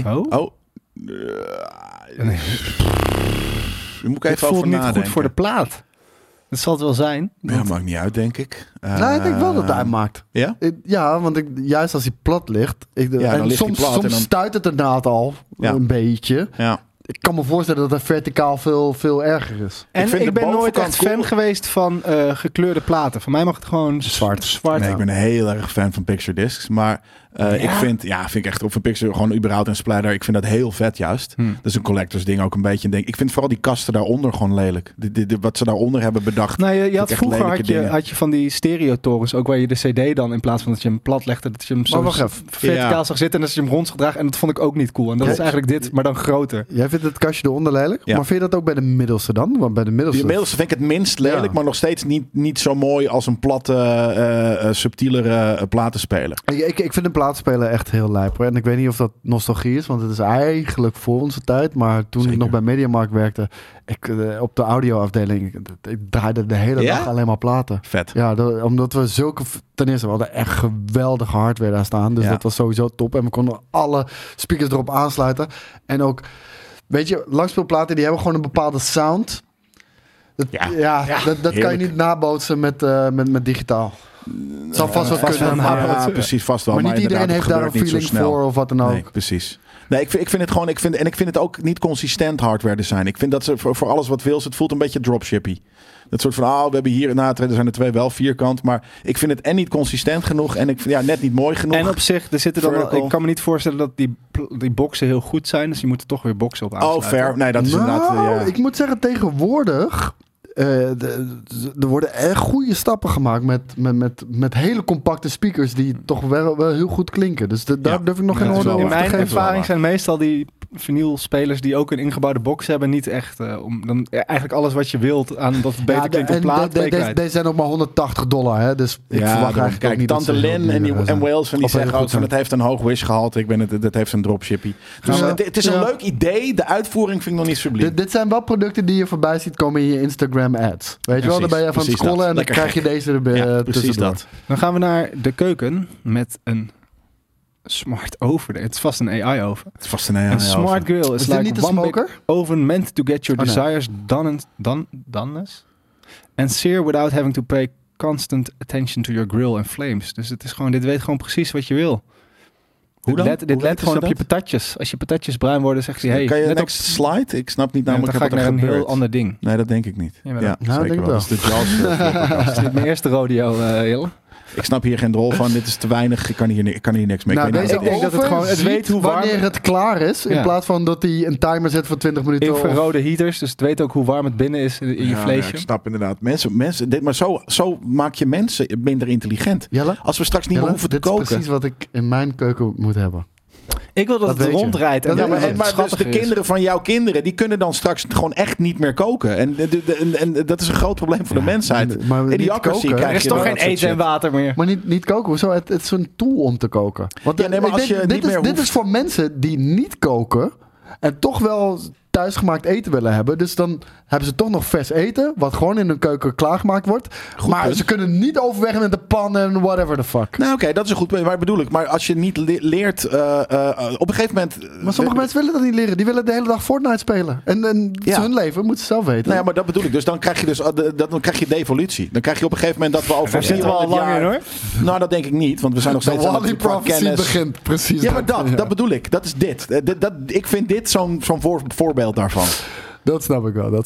Moet ik even over nadenken. Niet goed voor de plaat. Dat zal het wel zijn. Ja, maakt niet uit, denk ik. Ik denk wel dat het uitmaakt. Ja? Ja, want juist als hij plat ligt... soms stuit het inderdaad al een beetje. Ja. Ik kan me voorstellen dat het verticaal veel erger is. En ik ben nooit echt fan geweest van gekleurde platen. Voor mij mag het gewoon zwart. Nee, ik ben heel erg fan van picture discs. Maar ik vind echt of een picture gewoon überhaupt een splatter. Ik vind dat heel vet juist. Dat is een collectors ding ook een beetje. Ik vind vooral die kasten daaronder gewoon lelijk. Wat ze daaronder hebben bedacht. Nou, je had vroeger had je van die stereotorens ook waar je de CD dan in plaats van dat je hem plat legde, dat je hem zo verticaal zag zitten en dat je hem rond gedragen. En dat vond ik ook niet cool. En dat is eigenlijk dit, maar dan groter. Jij vindt het kastje eronder lelijk? Ja. Maar vind je dat ook bij de middelste dan? Want bij de middelste vind ik het minst lelijk, maar nog steeds niet zo mooi als een platte, subtielere platenspeler. Ik vind een platenspeler echt heel lijp. En ik weet niet of dat nostalgie is, want het is eigenlijk voor onze tijd. Maar toen ik nog bij Mediamarkt werkte, op de audioafdeling, ik draaide de hele dag alleen maar platen. Vet. Ja, omdat we ten eerste, we hadden echt geweldige hardware daar staan. Dus dat was sowieso top. En we konden alle speakers erop aansluiten. En ook, weet je, langspeelplaten die hebben gewoon een bepaalde sound. Dat kan je niet nabootsen met digitaal. Het zal vast wel kunnen. Ja, precies, vast wel. Maar niet iedereen heeft daar een feeling voor of wat dan ook. Nee, precies. Nee, ik vind het gewoon... Ik vind het ook niet consistent hardware design. Ik vind dat ze voor alles wat wil... Het voelt een beetje dropshippy. Dat soort van... we hebben hier... er zijn er 2 wel vierkant. Maar ik vind het en niet consistent genoeg... En ik vind net niet mooi genoeg. En op zich... Er zitten dan wel, ik kan me niet voorstellen dat die boxen heel goed zijn. Dus je moet er toch weer boxen op aansluiten. Fair. Nee, dat is inderdaad... Ik moet zeggen, tegenwoordig... er worden echt goede stappen gemaakt met hele compacte speakers die toch wel heel goed klinken. Dus daar durf ik nog geen oordeel over te geven. In mijn ervaring zijn meestal die vinylspelers die ook een ingebouwde box hebben niet echt eigenlijk alles wat je wilt aan dat het beter klinkt op plaat. Deze zijn ook maar $180, hè? Dus ik verwacht eigenlijk ook niet Tante Lin en Wales van die zeggen ook van het heeft een hoog wish gehalte. Dat heeft een dropshippie. Dus het is een leuk idee. De uitvoering vind ik nog niet subliem. Dit zijn wel producten die je voorbij ziet komen in je Instagram ads. Weet je wel, dan ben je van het scrollen en dan krijg je deze erbij tussendoor. Dan gaan we naar de keuken met een smart oven. Het is vast een AI oven. Het is vast een AI oven. Een smart grill is like niet one big oven meant to get your desires done and sear without having to pay constant attention to your grill and flames. Dus het is gewoon, dit weet gewoon precies wat je wil. Dit let gewoon op je patatjes. Als je patatjes bruin worden, zegt hij... Hey, kan je next slide? Ik snap niet namelijk dan ga ik naar een heel ander ding. Nee, dat denk ik niet. Ja, zeker denk wel. Dat is de Jaws. Dat is niet mijn eerste rodeo, Hille. Ik snap hier geen drol van. Dit is te weinig. Ik kan hier niks mee. Nou, ik denk dat het gewoon... Het weet hoe warm... wanneer het klaar is. In plaats van dat hij een timer zet voor 20 minuten. Infrarode heaters. Dus het weet ook hoe warm het binnen is in je vleesje. Ik snap inderdaad. Mensen, maar zo maak je mensen minder intelligent. Jelle? Als we straks niet meer hoeven te koken. Dit is precies wat ik in mijn keuken moet hebben. Ik wil dat het rondrijdt. Maar dus de kinderen van jouw kinderen, die kunnen dan straks gewoon echt niet meer koken. En dat is een groot probleem voor de mensheid. Maar Idiocracy, er is toch geen eten en water meer. Maar niet koken. Hoezo? Het is een tool om te koken. Want dit is voor mensen die niet koken en toch wel thuisgemaakt eten willen hebben. Dus dan hebben ze toch nog vers eten, wat gewoon in hun keuken klaargemaakt wordt. Goed maar punt. Ze kunnen niet overwegen met de pan en whatever the fuck. Nou oké, dat is een goed punt. Maar bedoel ik, maar als je niet leert op een gegeven moment... Maar sommige mensen willen dat niet leren. Die willen de hele dag Fortnite spelen. En het is hun leven, moeten ze zelf weten. Nou ja, maar dat bedoel ik. Dus dan krijg je devolutie. Dan krijg je op een gegeven moment dat we over... zitten we al lang in, hoor. Nou, dat denk ik niet. Want we zijn nog steeds aan het kennis. Begint precies. Ja, maar dat bedoel ik. Dat is dit. Ik vind dit zo'n voorbeeld daarvan. Dat snap ik wel.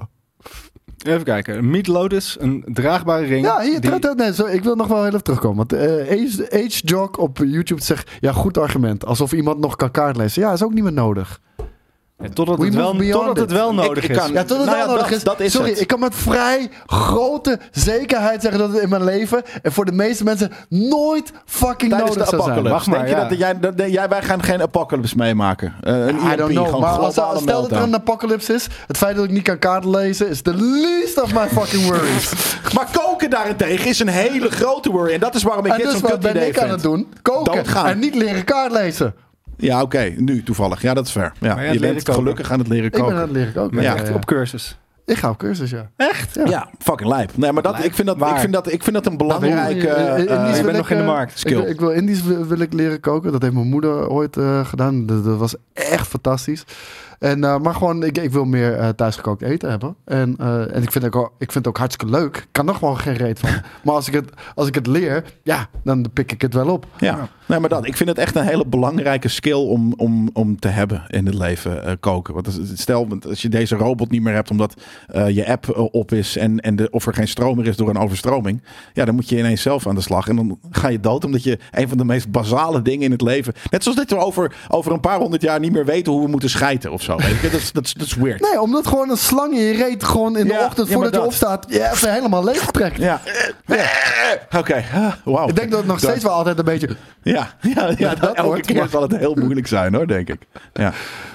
Even kijken. Meat Lotus, een draagbare ring. Ja, hier, ik wil nog wel heel even terugkomen. Want Age Jog op YouTube zegt... Ja, goed argument. Alsof iemand nog kan kaartlezen. Ja, is ook niet meer nodig. Ja, totdat het wel nodig is. Ja, totdat het wel nodig is. Dat is Sorry, het. ik kan met vrij grote zekerheid zeggen dat het in mijn leven en voor de meeste mensen nooit fucking tijdens nodig de zou zijn. Wacht maar, denk je dat wij gaan geen apocalypse meemaken? I don't know, maar stel dat er een apocalypse is, het feit dat ik niet kan kaarten lezen is the least of my fucking worries. Maar koken daarentegen is een hele grote worry en dat is waarom ik dit zo'n kut idee vind. En dus wat ben ik aan het doen? Koken Doodgaan. En niet leren kaart lezen. Ja, oké. Nu toevallig. Ja, dat is fair. Ja, je bent gelukkig aan het leren koken. Ik ben aan het leren koken. Ja, echt op cursus. Ik ga op cursus, ja. Echt? Ja, fucking lijp. Nee, maar ik vind dat een belangrijke... je bent nog in de markt. Skill. Indisch wil ik leren koken. Dat heeft mijn moeder ooit gedaan. Dat was echt fantastisch. Maar gewoon, ik wil meer thuisgekookt eten hebben. En ik vind het ook hartstikke leuk. Ik kan er gewoon geen reet van. Maar als ik het leer, ja, dan pik ik het wel op. Ja, nee, maar ik vind het echt een hele belangrijke skill om te hebben in het leven, koken. Want stel, als je deze robot niet meer hebt omdat je app op is en of er geen stroom meer is door een overstroming. Ja, dan moet je ineens zelf aan de slag. En dan ga je dood omdat je een van de meest basale dingen in het leven... Net zoals dat we over een paar honderd jaar niet meer weten hoe we moeten schijten of zo. Dat is weird. Nee, omdat gewoon een slang in je reet gewoon in de ochtend voordat je opstaat, je even helemaal leeg trekt. Ja. Oké. Wow. Ik denk dat het nog steeds wel altijd een beetje... Ja, elke keer zal het heel moeilijk zijn hoor, denk ik. Ja.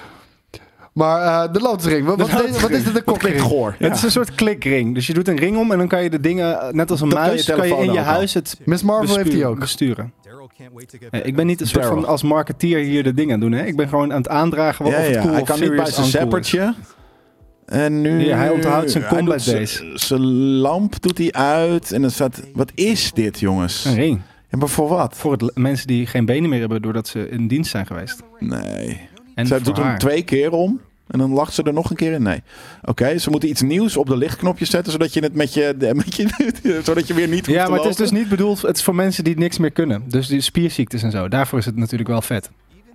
Maar de lotusring, wat is dit, een kokring? Goor. Ja. Het is een soort klikring. Dus je doet een ring om en dan kan je de dingen, net als een muis, kan je in je huis het Miss Marvel heeft die ook. Besturen. Ik ben niet een soort van als marketeer hier de dingen doen. Hè? Ik ben gewoon aan het aandragen of het cool hij of kan niet bij zijn zappertje. En nu... Ja, hij onthoudt zijn combat days. Zijn lamp doet hij uit. En dan staat... Wat is dit, jongens? Een ring. Ja, maar voor wat? Voor mensen die geen benen meer hebben doordat ze in dienst zijn geweest. Nee. En zij doet hem 2 keer om. En dan lacht ze er nog een keer in. Nee. Oké, ze moeten iets nieuws op de lichtknopje zetten. Zodat je het met je zodat je weer niet hoeft te maar lopen. het is dus niet bedoeld... Het is voor mensen die niks meer kunnen. Dus die spierziektes en zo. Daarvoor is het natuurlijk wel vet.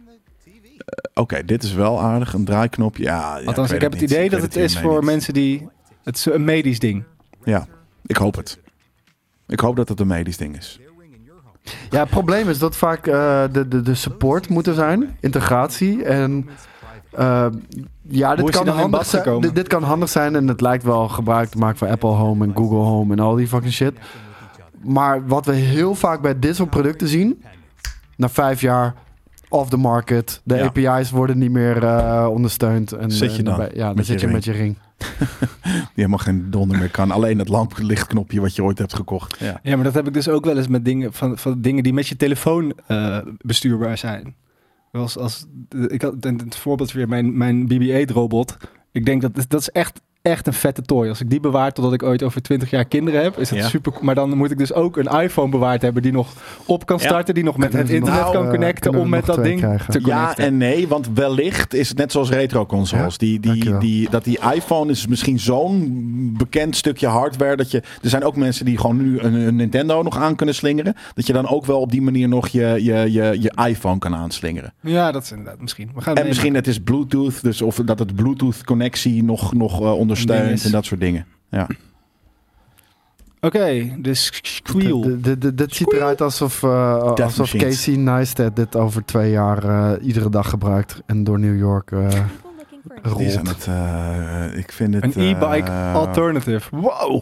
Oké, dit is wel aardig. Een draaiknopje. Ja, althans, ik heb het idee dat het is voor mensen die... Het is een medisch ding. Ja, ik hoop het. Ik hoop dat het een medisch ding is. Ja, het probleem is dat vaak de support moet er zijn. Integratie. En Dit kan handig zijn en het lijkt wel gebruik te maken van Apple Home en Google Home en al die fucking shit. Maar wat we heel vaak bij dit soort producten zien, na 5 jaar off the market, de API's worden niet meer ondersteund. En zit je dan? Dan zit je met je ring. Die helemaal geen donder meer kan. Alleen het lamplichtstknopje wat je ooit hebt gekocht. Ja, maar dat heb ik dus ook wel eens met dingen van dingen die met je telefoon bestuurbaar zijn. Ik had het voorbeeld weer mijn BB-8-robot. Ik denk dat is echt een vette toy. Als ik die bewaar totdat ik ooit over 20 jaar kinderen heb, is dat super. Maar dan moet ik dus ook een iPhone bewaard hebben die nog op kan starten, die nog met het internet kan connecten om met dat ding te connecten. Ja en nee, want wellicht is het net zoals retro-consoles. Ja, die iPhone is misschien zo'n bekend stukje hardware dat je... Er zijn ook mensen die gewoon nu een Nintendo nog aan kunnen slingeren. Dat je dan ook wel op die manier nog je iPhone kan aanslingeren. Ja, dat is inderdaad misschien. Misschien het is Bluetooth, dus of dat het Bluetooth-connectie nog ondersteunt en dat soort dingen. Ja. Oké, dus Squeal. Dit ziet eruit alsof Casey Neistat dit over 2 jaar iedere dag gebruikt en door New York rolt. Is ik vind het... Een e-bike alternative. Wow!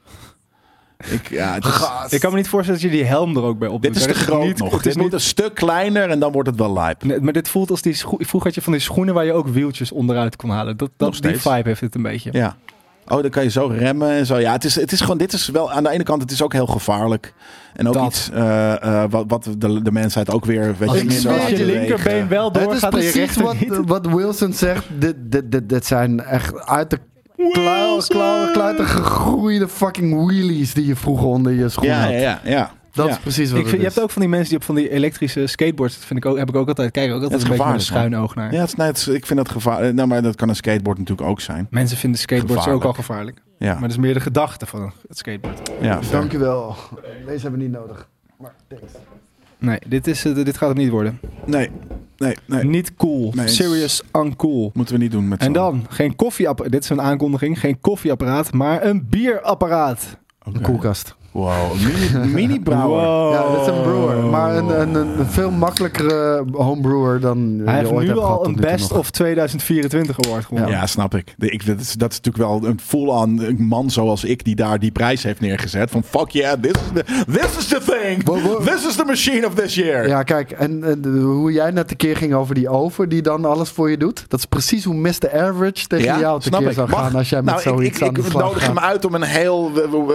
Ik kan me niet voorstellen dat je die helm er ook bij op doet. Dit is te groot nog. Dit moet een stuk kleiner en dan wordt het wel lijp. Nee, maar dit voelt als die vroeger had je van die schoenen waar je ook wieltjes onderuit kon halen. Die vibe heeft het een beetje. Ja. Oh, dan kan je zo remmen en zo. Ja, het is gewoon, dit is wel aan de ene kant, het is ook heel gevaarlijk. En ook iets wat de mensheid ook weer... Als je linkerbeen wel doorgaat en je rechter wat Wilson zegt. Dit zijn echt uit de kluiten gegroeide fucking wheelies die je vroeger onder je schoen had. Ja. Dat is precies wat je hebt ook van die mensen die op van die elektrische skateboards, dat heb ik ook altijd, kijk ook altijd een beetje met een schuin oog naar. Ja, ik vind dat gevaarlijk. Nou, maar dat kan een skateboard natuurlijk ook zijn. Mensen vinden skateboards gevaarlijk. Ook al gevaarlijk. Ja. Maar dat is meer de gedachte van het skateboard. Ja, dankjewel. Deze hebben we niet nodig. Maar thanks. Nee, dit gaat het niet worden. Nee. Niet cool. Nee. Serious uncool. Moeten we niet doen met z'n En dan, geen koffieapparaat. Dit is een aankondiging. Geen koffieapparaat, maar een bierapparaat. Okay. Een koelkast. Wow, een mini-brouwer. Wow. Ja, dit is een brewer. Maar een veel makkelijkere homebrewer dan hij heeft ooit nu al gehad, een Best of 2024 award gewonnen. Ja, snap ik. Dat is natuurlijk wel een full-on man zoals ik die daar die prijs heeft neergezet. Van fuck yeah, this is the thing. This is the machine of this year. Ja, kijk. En hoe jij net een keer ging over die oven die dan alles voor je doet. Dat is precies hoe Mr. Average tegen jou tekeer zou gaan als jij met zoiets aan de slag gaat. Ik nodig hem uit om een heel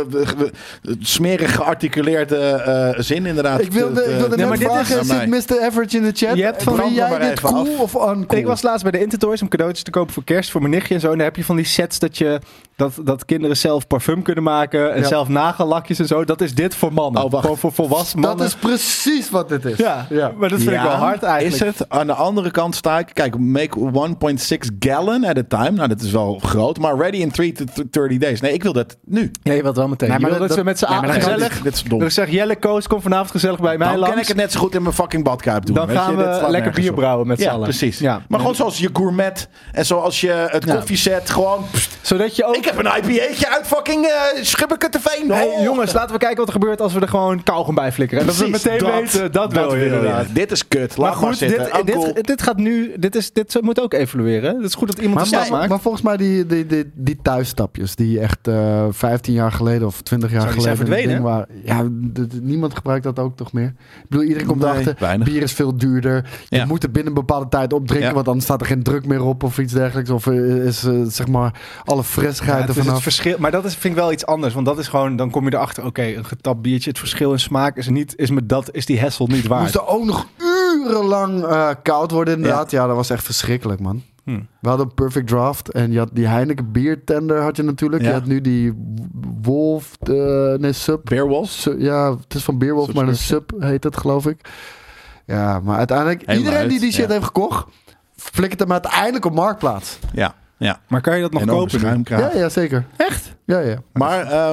smerig gearticuleerde zin inderdaad. Ik wilde net vragen, zit Mr. Average in de chat? Je hebt vind jij dit cool of uncool? Ik was laatst bij de Intertoys om cadeautjes te kopen voor kerst voor mijn nichtje en zo. En daar heb je van die sets dat kinderen zelf parfum kunnen maken en zelf nagellakjes en zo. Dat is dit voor mannen. Gewoon voor volwassen mannen. Dat is precies wat dit is. Ja. Maar dat vind ik wel hard eigenlijk. Is het? Aan de andere kant sta ik. Kijk, make 1.6 gallon at a time. Nou, dat is wel groot. Maar ready in 3 to 30 days. Nee, ik wil dat nu. Ja, je wilt wel meteen. Nee, je wil dat we met z'n allen gezellig. Dit is dom. Dus zeg Jelle Koos, kom vanavond gezellig bij mij langs. Dan kan ik het net zo goed in mijn fucking badkuip doen. Dan gaan we lekker bier brouwen met z'n allen. Precies. Ja. Maar gewoon zoals je gourmet en zoals je het koffiezet. Gewoon. Zodat je ook... Ik heb een IPA'tje uit fucking Schubbeke TV. Hey jongens, laten we kijken wat er gebeurt als we er gewoon kauwgom bij flikkeren. En dat we meteen weten, dat wil je inderdaad. Dit is kut. Laat maar zitten. Dit gaat nu... Dit moet ook evalueren. Het is goed dat iemand een stap maakt. Maar volgens mij die thuisstapjes die echt 15 jaar geleden of 20 jaar geleden... zijn verdwenen? Waren, ja, niemand gebruikt dat ook toch meer. Ik bedoel, iedereen komt erachter. Bier is veel duurder. Je moet er binnen een bepaalde tijd opdrinken, want anders staat er geen druk meer op of iets dergelijks. Of is zeg maar alle frisheid er vanaf. Het verschil, maar dat vind ik wel iets anders. Want dat is gewoon, dan kom je erachter, oké, een getapt biertje. Het verschil in smaak is die hassel niet waard. Moest er ook nog urenlang koud worden inderdaad. Ja, dat was echt verschrikkelijk, man. We hadden een Perfect Draft en je had die Heineken biertender had je natuurlijk. Ja. Je had nu die Wolf, Sub. Beerwolf? Ja, het is van Beerwolf, maar een Sub heet het, geloof ik. Ja, maar uiteindelijk, iedereen die shit heeft gekocht, flikkert hem uiteindelijk op Marktplaats. Ja. Maar kan je dat nog kopen? Ja, zeker. Echt? Ja. Maar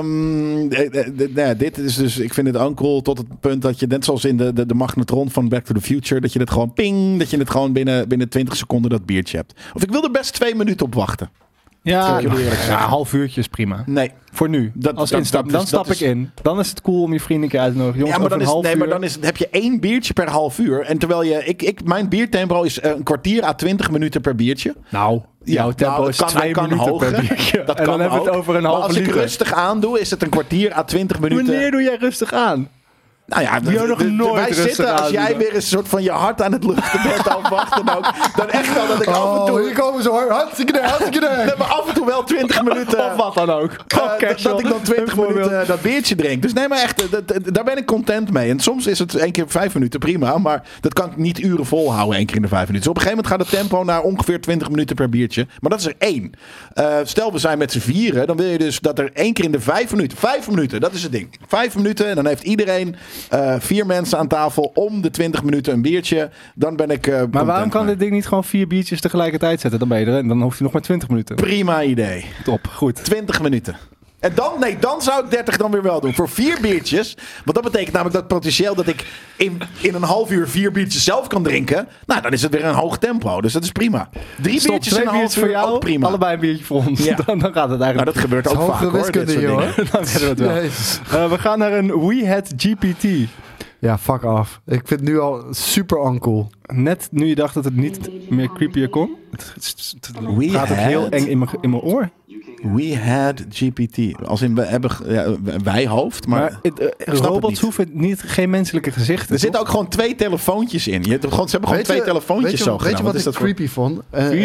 dit is dus, ik vind het uncool tot het punt dat je net zoals in de magnetron van Back to the Future, dat je het gewoon binnen 20 seconden dat biertje hebt. Of ik wil er best 2 minuten op wachten. Ja, een half uurtje is prima. Nee. Voor nu. Als instap. Dan stap ik in. Dan is het cool om je vrienden een keer uit te nodigen. Jongens, maar dan heb je 1 biertje per half uur. En terwijl mijn biertempo is een kwartier à 20 minuten per biertje. Nou, jouw tempo is 2 minuten per biertje. Dat en kan dan hebben we het over een halve liter. Als ik rustig aan doe, is het een kwartier à 20 minuten. Wanneer doe jij rustig aan? Nou ja, wij zitten, als jij weer een soort van je hart aan het luchten bent al wachten ook, dan echt wel dat ik af en toe... hier komen ze hoor, hartstikke nee. Maar af en toe wel 20 minuten... Of wat dan ook. Dat ik dan 20 minuten dat biertje drink. Dus nee, maar echt, daar ben ik content mee. En soms is het 1 keer 5 minuten prima, maar dat kan ik niet uren volhouden 1 keer in de 5 minuten. Dus op een gegeven moment gaat het tempo naar ongeveer 20 minuten per biertje. Maar dat is er 1. Stel, we zijn met z'n vieren, dan wil je dus dat er 1 keer in de 5 minuten... 5 minuten, dat is het ding. 5 minuten en dan heeft iedereen... 4 mensen aan tafel om de 20 minuten een biertje. Dan ben ik. Maar waarom kan dit ding niet gewoon 4 biertjes tegelijkertijd zetten? Dan ben je er en dan hoeft hij nog maar 20 minuten. Prima idee. Top, goed. 20 minuten. En dan zou ik 30 dan weer wel doen. Voor 4 biertjes. Want dat betekent namelijk dat potentieel dat ik in een half uur 4 biertjes zelf kan drinken. Nou, dan is het weer een hoog tempo. Dus dat is prima. 3 biertjes in een half uur voor jou, ook prima. Allebei een biertje voor ons. Ja. Dan gaat het eigenlijk. Nou, dat gebeurt ook vaak hoor. Dit soort dingen. Dan weten we het wel. We gaan naar een We Had GPT. Ja, fuck off. Ik vind het nu al super uncool. Net nu je dacht dat het niet meer creepier kon. Het gaat ook heel eng in mijn oor. We had GPT. Als in wij hoofd. Maar robots hoeven geen menselijke gezichten. Er zitten ook gewoon 2 telefoontjes in. Ze hebben gewoon 2 telefoontjes zo gedaan. Weet je wat ik creepy vond?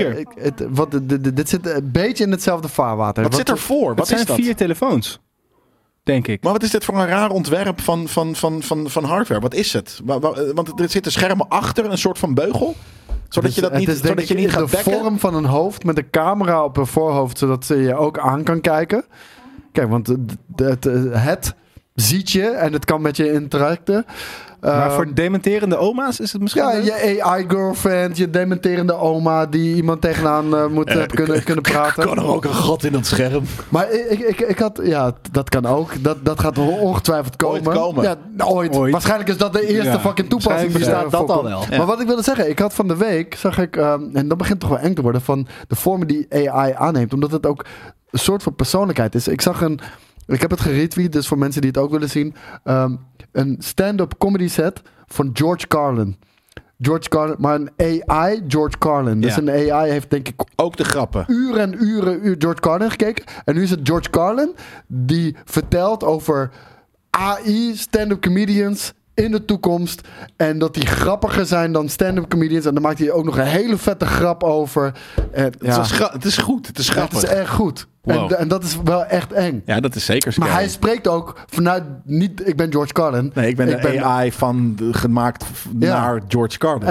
Dit zit een beetje in hetzelfde vaarwater. Wat zit er voor? Wat zijn 4 telefoons? Denk ik. Maar wat is dit voor een raar ontwerp van hardware? Wat is het? Want er zitten schermen achter, een soort van beugel. Zodat je dat niet, zodat je niet gaat de bekken. vorm van een hoofd met een camera op een voorhoofd, zodat ze je ook aan kan kijken. Kijk, want het ziet je en het kan met je interacten. Maar voor dementerende oma's is het misschien... Ja, je AI-girlfriend, je dementerende oma die iemand tegenaan moet kunnen praten. Kan er ook een gat in dat scherm? Maar ik had... Ja, dat kan ook. Dat gaat ongetwijfeld komen. Ja, ooit. Waarschijnlijk is dat de eerste fucking toepassing. Bestaat dat al wel. Ja. Maar wat ik wilde zeggen, ik had van de week, zag ik... en dat begint toch wel eng te worden, van de vormen die AI aanneemt. Omdat het ook een soort van persoonlijkheid is. Ik heb het geretweet, dus voor mensen die het ook willen zien. Een stand-up comedy set van George Carlin. Maar een AI George Carlin. Dus een AI heeft denk ik ook de grappen. Uren en uren George Carlin gekeken. En nu is het George Carlin die vertelt over AI stand-up comedians in de toekomst. En dat die grappiger zijn dan stand-up comedians. En dan maakt hij ook nog een hele vette grap over. En, het is goed. Het is grappig. Het is echt goed. Wow. En dat is wel echt eng. Ja, dat is zeker scary. Maar hij spreekt ook vanuit... Niet, ik ben George Carlin. Nee, ik ben de AI gemaakt naar George Carlin.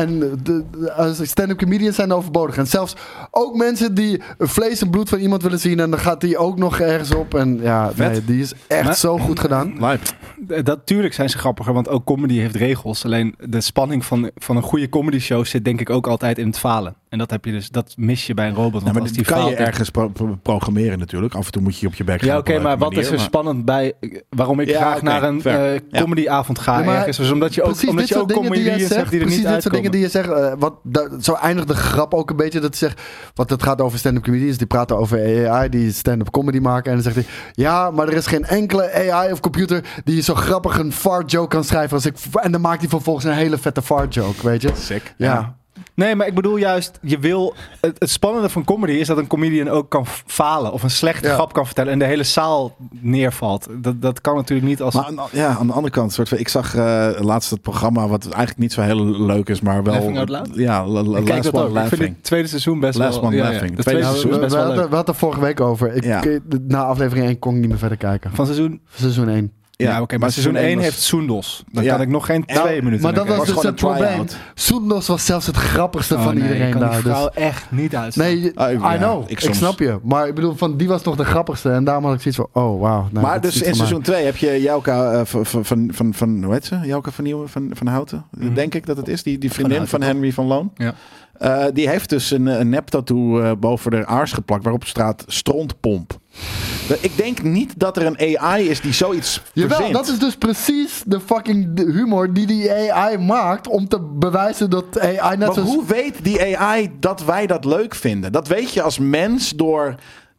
En stand-up comedians zijn overbodig. En zelfs ook mensen die vlees en bloed van iemand willen zien... en dan gaat die ook nog ergens op. En ja, die is echt zo goed gedaan. Tuurlijk zijn ze grappiger, want ook comedy heeft regels. Alleen de spanning van een goede comedy show zit denk ik ook altijd in het falen. En dat mis je bij een robot. Want maar die kan je ergens programmeren natuurlijk. Af en toe moet je op je bek gaan. Ja, oké, maar wat is er spannend bij... Waarom ik graag naar een comedyavond ga ergens. Dus omdat je ook comedians hebt die er niet uitkomen. Precies dit soort dingen die je zegt. Zo eindigt de grap ook een beetje. Dat zegt, want het gaat over stand-up comedians. Die praten over AI, die stand-up comedy maken. En dan zegt hij... Ja, maar er is geen enkele AI of computer... die zo grappig een fart joke kan schrijven als ik... En dan maakt hij vervolgens een hele vette fart joke, weet je? Sick. Ja. Nee, maar ik bedoel juist, het spannende van comedy is dat een comedian ook kan falen of een slechte grap kan vertellen en de hele zaal neervalt. Dat kan natuurlijk niet als... Maar aan de andere kant, ik zag laatst het programma wat eigenlijk niet zo heel leuk is, maar wel... Laughing Out Loud? Ja, Last One Laughing. Ik vind het tweede seizoen best wel... Last One Laughing. Het tweede seizoen is best wel leuk. We hadden er vorige week over. Na aflevering 1 kon ik niet meer verder kijken. Van seizoen 1. Ja, oké, maar seizoen 1 heeft Soendos. Dan kan ik nog geen 2 minuten. Maar dat was dus het probleem. Soendos was zelfs het grappigste van iedereen ik kan daar. Die vrouw echt niet uitstaan. Nee, I know. Ik snap je. Maar ik bedoel, die was nog de grappigste. En daarom had ik zoiets van, oh wow. Nou, maar dus in seizoen 2 heb je Jouka van hoe heet ze? Jouka van Nieuwen van Houten? Denk ik dat het is. Die vriendin van Henry van Loon. Ja. Die heeft dus een nep-tattoo boven haar aars geplakt waarop staat strontpomp. Ik denk niet dat er een AI is die zoiets verzint. Jawel, dat is dus precies de fucking humor die AI maakt om te bewijzen dat AI net maar hoe weet die AI dat wij dat leuk vinden? Dat weet je als mens door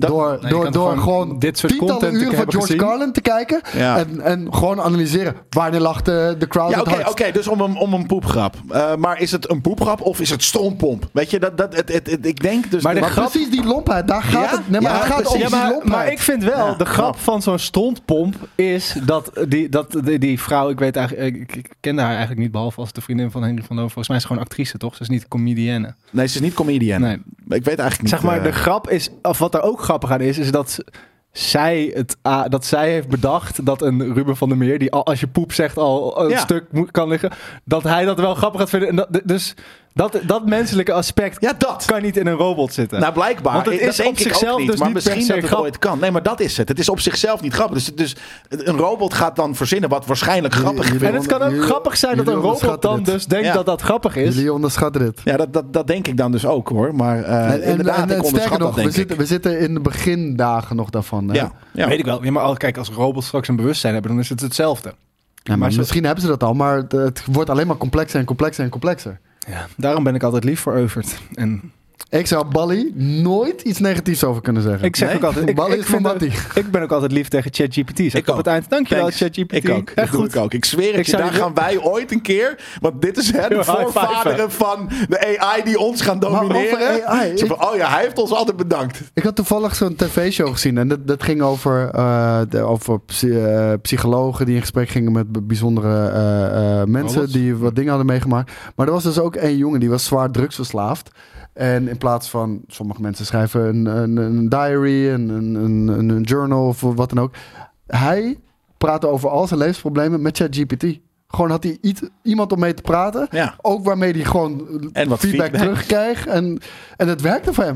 Door gewoon dit soort tientallen content uren van George Carlin te kijken. Ja. En gewoon analyseren. Wanneer lag de crowd Ja, het hardst? oké, dus om een poepgrap. Maar is het een poepgrap of is het strompomp? Weet je, ik denk dus... Maar precies die lompheid, daar gaat het. Nee, maar het gaat over die lompheid. Maar ik vind wel, de grap van zo'n strontpomp is dat die vrouw, ik weet eigenlijk, ik kende haar eigenlijk niet, behalve als de vriendin van Henry van Loon. Volgens mij is ze gewoon actrice, toch? Ze is niet comedienne. Nee, ze is niet comedian. Nee. Ik weet eigenlijk niet. Zeg maar, de grap is, of wat er ook grappig aan is dat zij heeft bedacht dat een Ruben van der Meer, die als je poep zegt al een stuk kan liggen, dat hij dat wel grappig gaat vinden. En dus dat menselijke aspect kan niet in een robot zitten. Nou, blijkbaar. Want het is op zichzelf niet, dus maar niet misschien per se dat het ooit kan. Nee, maar dat is het. Het is op zichzelf niet grappig. Dus een robot gaat dan verzinnen wat waarschijnlijk grappig is. En het kan ook grappig zijn dat een robot dan dus denkt dat grappig is. Jullie onderschatten dit. Ja, dat denk ik dan dus ook, hoor. Maar inderdaad, ik onderschat dat, denk ik. We zitten in de begindagen nog daarvan. Ja. Weet ik wel. Ja, maar kijk, als robots straks een bewustzijn hebben, dan is het hetzelfde. Ja, maar misschien hebben ze dat al, maar het wordt alleen maar complexer en complexer en complexer. Ja, daarom ben ik altijd lief voor Evert. En ik zou Bally nooit iets negatiefs over kunnen zeggen. Ik zeg ook altijd, Bally is van Mattie. Ik ben ook altijd lief tegen ChatGPT. Ik op het eind, dankjewel ChatGPT. Ik ook. Echt goed. Ik zweer het je, daar gaan wij ooit een keer, want dit is de voorvaderen van de AI die ons gaan domineren. AI, hij heeft ons altijd bedankt. Ik had toevallig zo'n tv-show gezien en dat ging over psychologen die in gesprek gingen met bijzondere mensen die wat dingen hadden meegemaakt. Maar er was dus ook één jongen die was zwaar drugsverslaafd. En in plaats van, sommige mensen schrijven een diary, een journal of wat dan ook. Hij praatte over al zijn levensproblemen met ChatGPT. Gewoon had hij iemand om mee te praten. Ja. Ook waarmee hij gewoon feedback terugkreeg. En het werkte voor hem.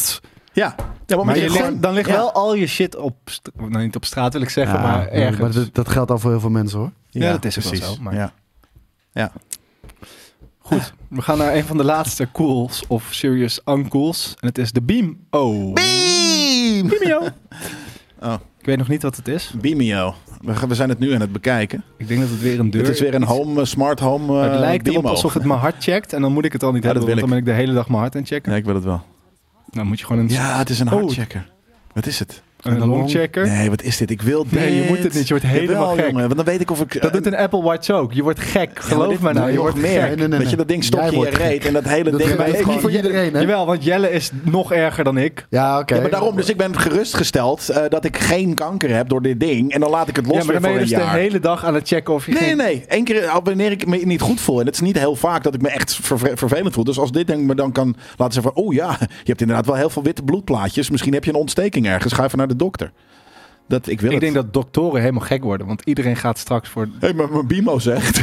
Maar dan ligt wel al je shit op... Nou, niet op straat wil ik zeggen, maar ergens. Maar dat geldt al voor heel veel mensen, hoor. Ja, dat is precies. Wel zo. Maar... Ja. Goed, we gaan naar een van de laatste cools of serious uncools. En het is de Beam-O. Beamio. Oh. Ik weet nog niet wat het is. Beamio. We zijn het nu aan het bekijken. Ik denk dat het weer een deur is. Het is weer een smart home het lijkt erop alsof het mijn hart checkt. En dan moet ik het al niet hebben, want dan ben ik de hele dag mijn hart aan het checken. Ja, ik wil het wel. Dan moet je gewoon een... Ja, het is een hartchecker. Wat is het? Een longchecker? Nee, wat is dit? Ik wil dit. Nee, je moet het niet. Je wordt helemaal gek. Jongen, want dan weet ik of ik... Dat doet een Apple Watch ook. Je wordt gek. Geloof me nou. Je wordt meer. Nee. Weet je, dat ding stop je in je reet. En dat hele ding... Dat is niet voor iedereen, hè? Jawel, want Jelle is nog erger dan ik. Ja, oké. Ja, maar daarom. Dus ik ben gerustgesteld dat ik geen kanker heb door dit ding. En dan laat ik het los weer voor een jaar. Ja, maar dan ben je dus de hele dag aan het checken of je Nee. Eén keer wanneer ik me niet goed voel. En het is niet heel vaak dat ik me echt vervelend voel. Dus als dit ding me dan kan laten zeggen van... Oh ja, je hebt inderdaad wel heel veel witte bloedplaatjes. Misschien heb je een ontsteking ergens. Ga even naar de dokter. Ik denk dat doktoren helemaal gek worden, want iedereen gaat straks voor... Hé, maar mijn Bimo zegt.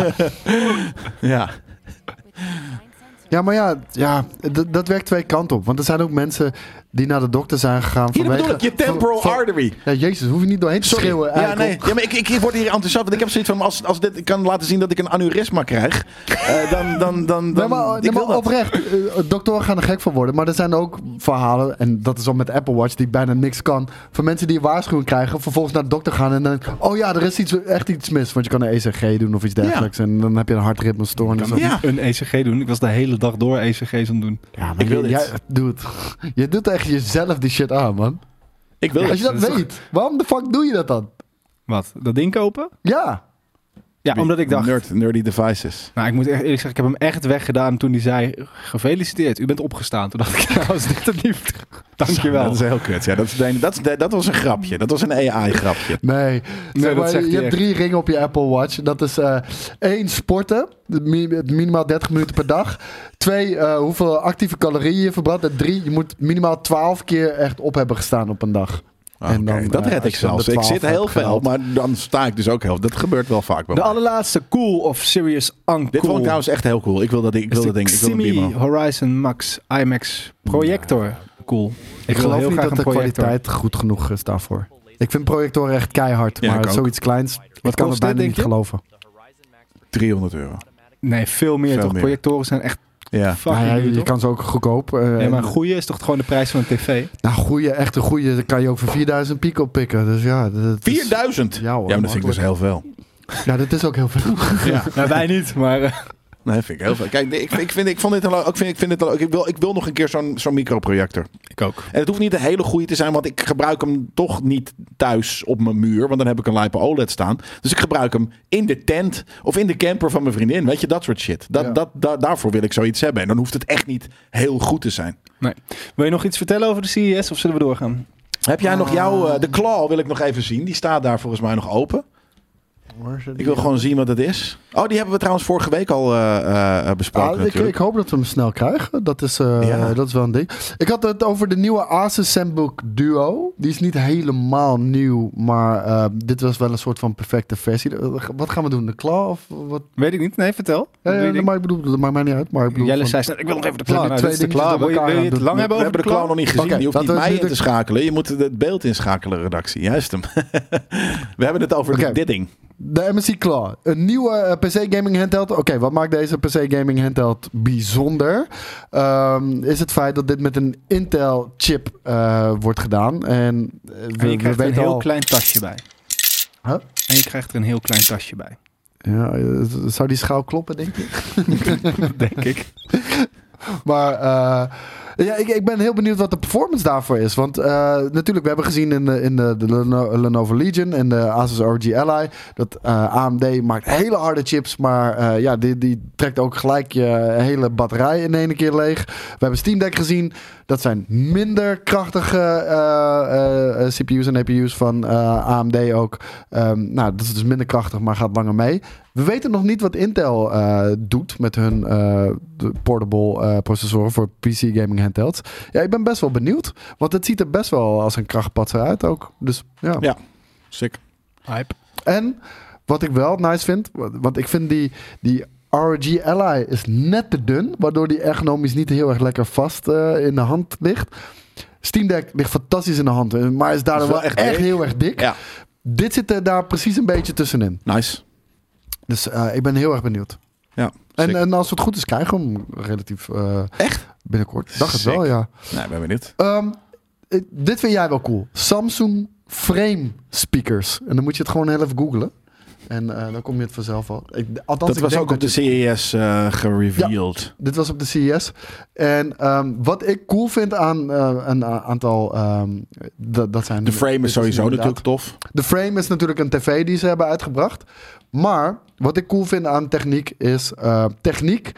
Ja. Ja, maar dat werkt twee kanten op. Want er zijn ook mensen die naar de dokter zijn gegaan vanwege... Hier bedoel ik, je temporal artery. Ja, jezus, hoef je niet doorheen te schreeuwen. Ja, nee. Ja, maar ik word hier enthousiast. Want ik heb zoiets van, als dit kan laten zien dat ik een aneurysma krijg, dan maar oprecht, doktoren gaan er gek van worden. Maar er zijn ook verhalen, en dat is al met Apple Watch, die bijna niks kan, van mensen die een waarschuwing krijgen, vervolgens naar de dokter gaan en dan, oh ja, er is echt iets mis. Want je kan een ECG doen of iets dergelijks. Ja. En dan heb je een hartritmestoornis. Een ECG doen. Ik was de hele dag door ECG's aan het doen. Ja, maar ik wil dit. Je doet echt jezelf die shit aan, man. Ik wil Als je dat weet, waarom de fuck doe je dat dan? Wat? Dat ding kopen? Ja. Ja, omdat ik dacht... Nerdy devices. Nou, ik moet eerlijk zeggen, ik heb hem echt weggedaan toen hij zei... Gefeliciteerd, u bent opgestaan. Toen dacht ik, nou is dit het lief. Dankjewel. Dat is heel kut. Ja, dat was een grapje. Dat was een AI-grapje. Nee maar je hebt 3 ringen op je Apple Watch. Dat is 1, sporten. Minimaal 30 minuten per dag. 2, hoeveel actieve calorieën je verbrandt. En 3, je moet minimaal 12 keer echt op hebben gestaan op een dag. En dan, dat red ik zelfs. Ik zit heel veel, maar dan sta ik dus ook heel... Dat gebeurt wel vaak bij mij. De allerlaatste cool of serious uncool. Dit vond ik trouwens echt heel cool. Ik wil dat ding. Ximi Horizon Max IMAX projector. Cool. Ik geloof niet dat de kwaliteit goed genoeg is daarvoor. Ik vind projectoren echt keihard, maar zoiets kleins... Wat kan het bijna niet geloven. €300. Nee, veel meer toch? Projectoren zijn echt... Ja. Je kan ze ook goedkoop. Maar een goeie is toch gewoon de prijs van een tv? Nou, echt een goeie kan je ook voor 4000 piek oppikken. Dus ja, 4000? Ja, hoor, dat vind ik dus heel veel. Ja, dat is ook heel veel. Ja, wij niet, maar... Nee, vind ik heel veel. Kijk, ik vind dit leuk. Ik wil nog een keer zo'n microprojector. Ik ook. En het hoeft niet een hele goede te zijn, want ik gebruik hem toch niet thuis op mijn muur. Want dan heb ik een lijpe OLED staan. Dus ik gebruik hem in de tent of in de camper van mijn vriendin. Weet je, dat soort shit. Daarvoor wil ik zoiets hebben. En dan hoeft het echt niet heel goed te zijn. Nee. Wil je nog iets vertellen over de CES of zullen we doorgaan? Heb jij nog de Claw wil ik nog even zien. Die staat daar volgens mij nog open. Ik wil gewoon zien wat het is. Oh, die hebben we trouwens vorige week al besproken. Ik hoop dat we hem snel krijgen. Dat is wel een ding. Ik had het over de nieuwe Asus ZenBook Duo. Die is niet helemaal nieuw, maar dit was wel een soort van perfecte versie. Wat gaan we doen? De Claw of wat? Weet ik niet. Nee, vertel. Maar ik bedoel, dat maakt mij niet uit. Maar ik bedoel, Jelle zei, ik wil nog even de Claw. Twee dingen Wil je het lang hebben We over hebben de Claw nog niet gezien. Je hoeft niet mij in te schakelen. Je moet het beeld inschakelen, redactie. Juist hem. We hebben het over dit ding. De MSI Claw. Een nieuwe PC gaming handheld. Oké, wat maakt deze PC gaming handheld bijzonder? Is het feit dat dit met een Intel chip wordt gedaan. En je krijgt er een heel klein tasje bij. Huh? En je krijgt er een heel klein tasje bij. Ja, zou die schaal kloppen, denk ik? Denk ik. Maar ja, ik ben heel benieuwd wat de performance daarvoor is. Want natuurlijk, we hebben gezien in de Lenovo Legion en de Asus ROG Ally dat AMD maakt hele harde chips, maar die trekt ook gelijk je hele batterij in één keer leeg. We hebben Steam Deck gezien. Dat zijn minder krachtige CPU's en APU's van AMD ook. Nou, dat is dus minder krachtig, maar gaat langer mee. We weten nog niet wat Intel doet met hun portable processoren voor PC gaming handhelds. Ja, ik ben best wel benieuwd. Want het ziet er best wel als een krachtpatser uit ook. Dus ja. Sick. Hype. En wat ik wel nice vind, want ik vind die ROG Ally is net te dun, waardoor die ergonomisch niet heel erg lekker vast in de hand ligt. Steam Deck ligt fantastisch in de hand, maar is daardoor wel echt heel erg dik. Ja. Dit zit er daar precies een beetje tussenin. Nice. Dus ik ben heel erg benieuwd. Ja. En als het goed is, krijgen we hem relatief echt binnenkort. Dacht het wel, ja. Nee, ben benieuwd. Dit vind jij wel cool. Samsung Frame speakers. En dan moet je het gewoon heel even googlen. En dan kom je het vanzelf al. Dat was ook op de CES gereveeld. Ja, dit was op de CES. En wat ik cool vind aan een aantal... dat zijn de frame is sowieso natuurlijk tof. De frame is natuurlijk een tv die ze hebben uitgebracht. Maar wat ik cool vind aan techniek is techniek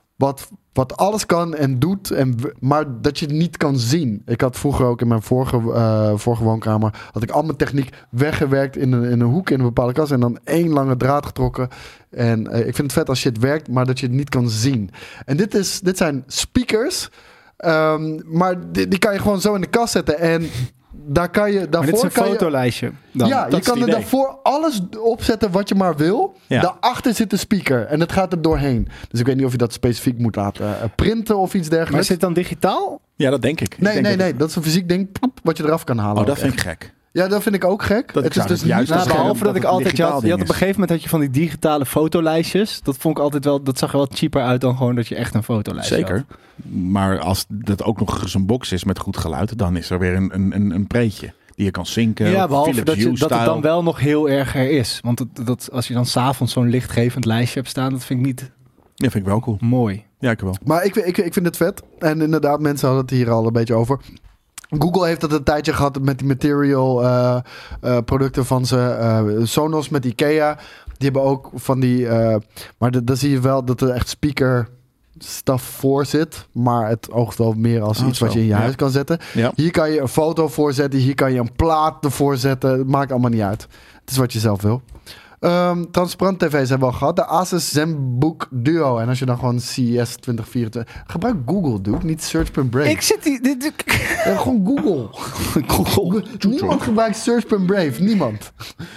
wat alles kan en doet, maar dat je het niet kan zien. Ik had vroeger ook in mijn vorige woonkamer, had ik al mijn techniek weggewerkt in een hoek in een bepaalde kast en dan één lange draad getrokken. En ik vind het vet als shit werkt, maar dat je het niet kan zien. En dit zijn speakers, maar die kan je gewoon zo in de kast zetten en daar kan je... Maar dit is een fotolijstje. Dan. Ja, je kan er daarvoor alles opzetten wat je maar wil. Ja. Daarachter zit de speaker en het gaat er doorheen. Dus ik weet niet of je dat specifiek moet laten printen of iets dergelijks. Maar is dit dan digitaal? Ja, dat denk ik. Nee. Dat is een fysiek ding wat je eraf kan halen. Oh, dat vind ik gek. Ja, dat vind ik ook gek. Het is dus juist behalve dat ik altijd... Je had op een gegeven moment had je van die digitale fotolijstjes. Dat vond ik altijd wel... Dat zag er wel cheaper uit dan gewoon dat je echt een fotolijstje Zeker. had. Maar als dat ook nog eens een box is met goed geluid, dan is er weer een preetje die je kan zinken. Ja, behalve dat het dan wel nog heel erger is. Want als je dan 's avonds zo'n lichtgevend lijstje hebt staan, dat vind ik niet... Ja, vind ik wel cool. Mooi. Ja, ik wel. Maar ik vind het vet. En inderdaad, mensen hadden het hier al een beetje over. Google heeft dat een tijdje gehad met die material producten van ze. Sonos met Ikea. Die hebben ook van die... maar dan zie je wel dat er echt speaker stuff voor zit. Maar het oogt wel meer als iets wat je in je huis kan zetten. Ja. Hier kan je een foto voor zetten. Hier kan je een plaat ervoor zetten. Het maakt allemaal niet uit. Het is wat je zelf wil. Transparant tv's hebben we al gehad. De Asus ZenBook Duo. En als je dan gewoon CES 2024... Gebruik Google, dude. Niet Search.brave. Ik zit hier... gewoon Google. Google. Niemand gebruikt Search.brave. Niemand.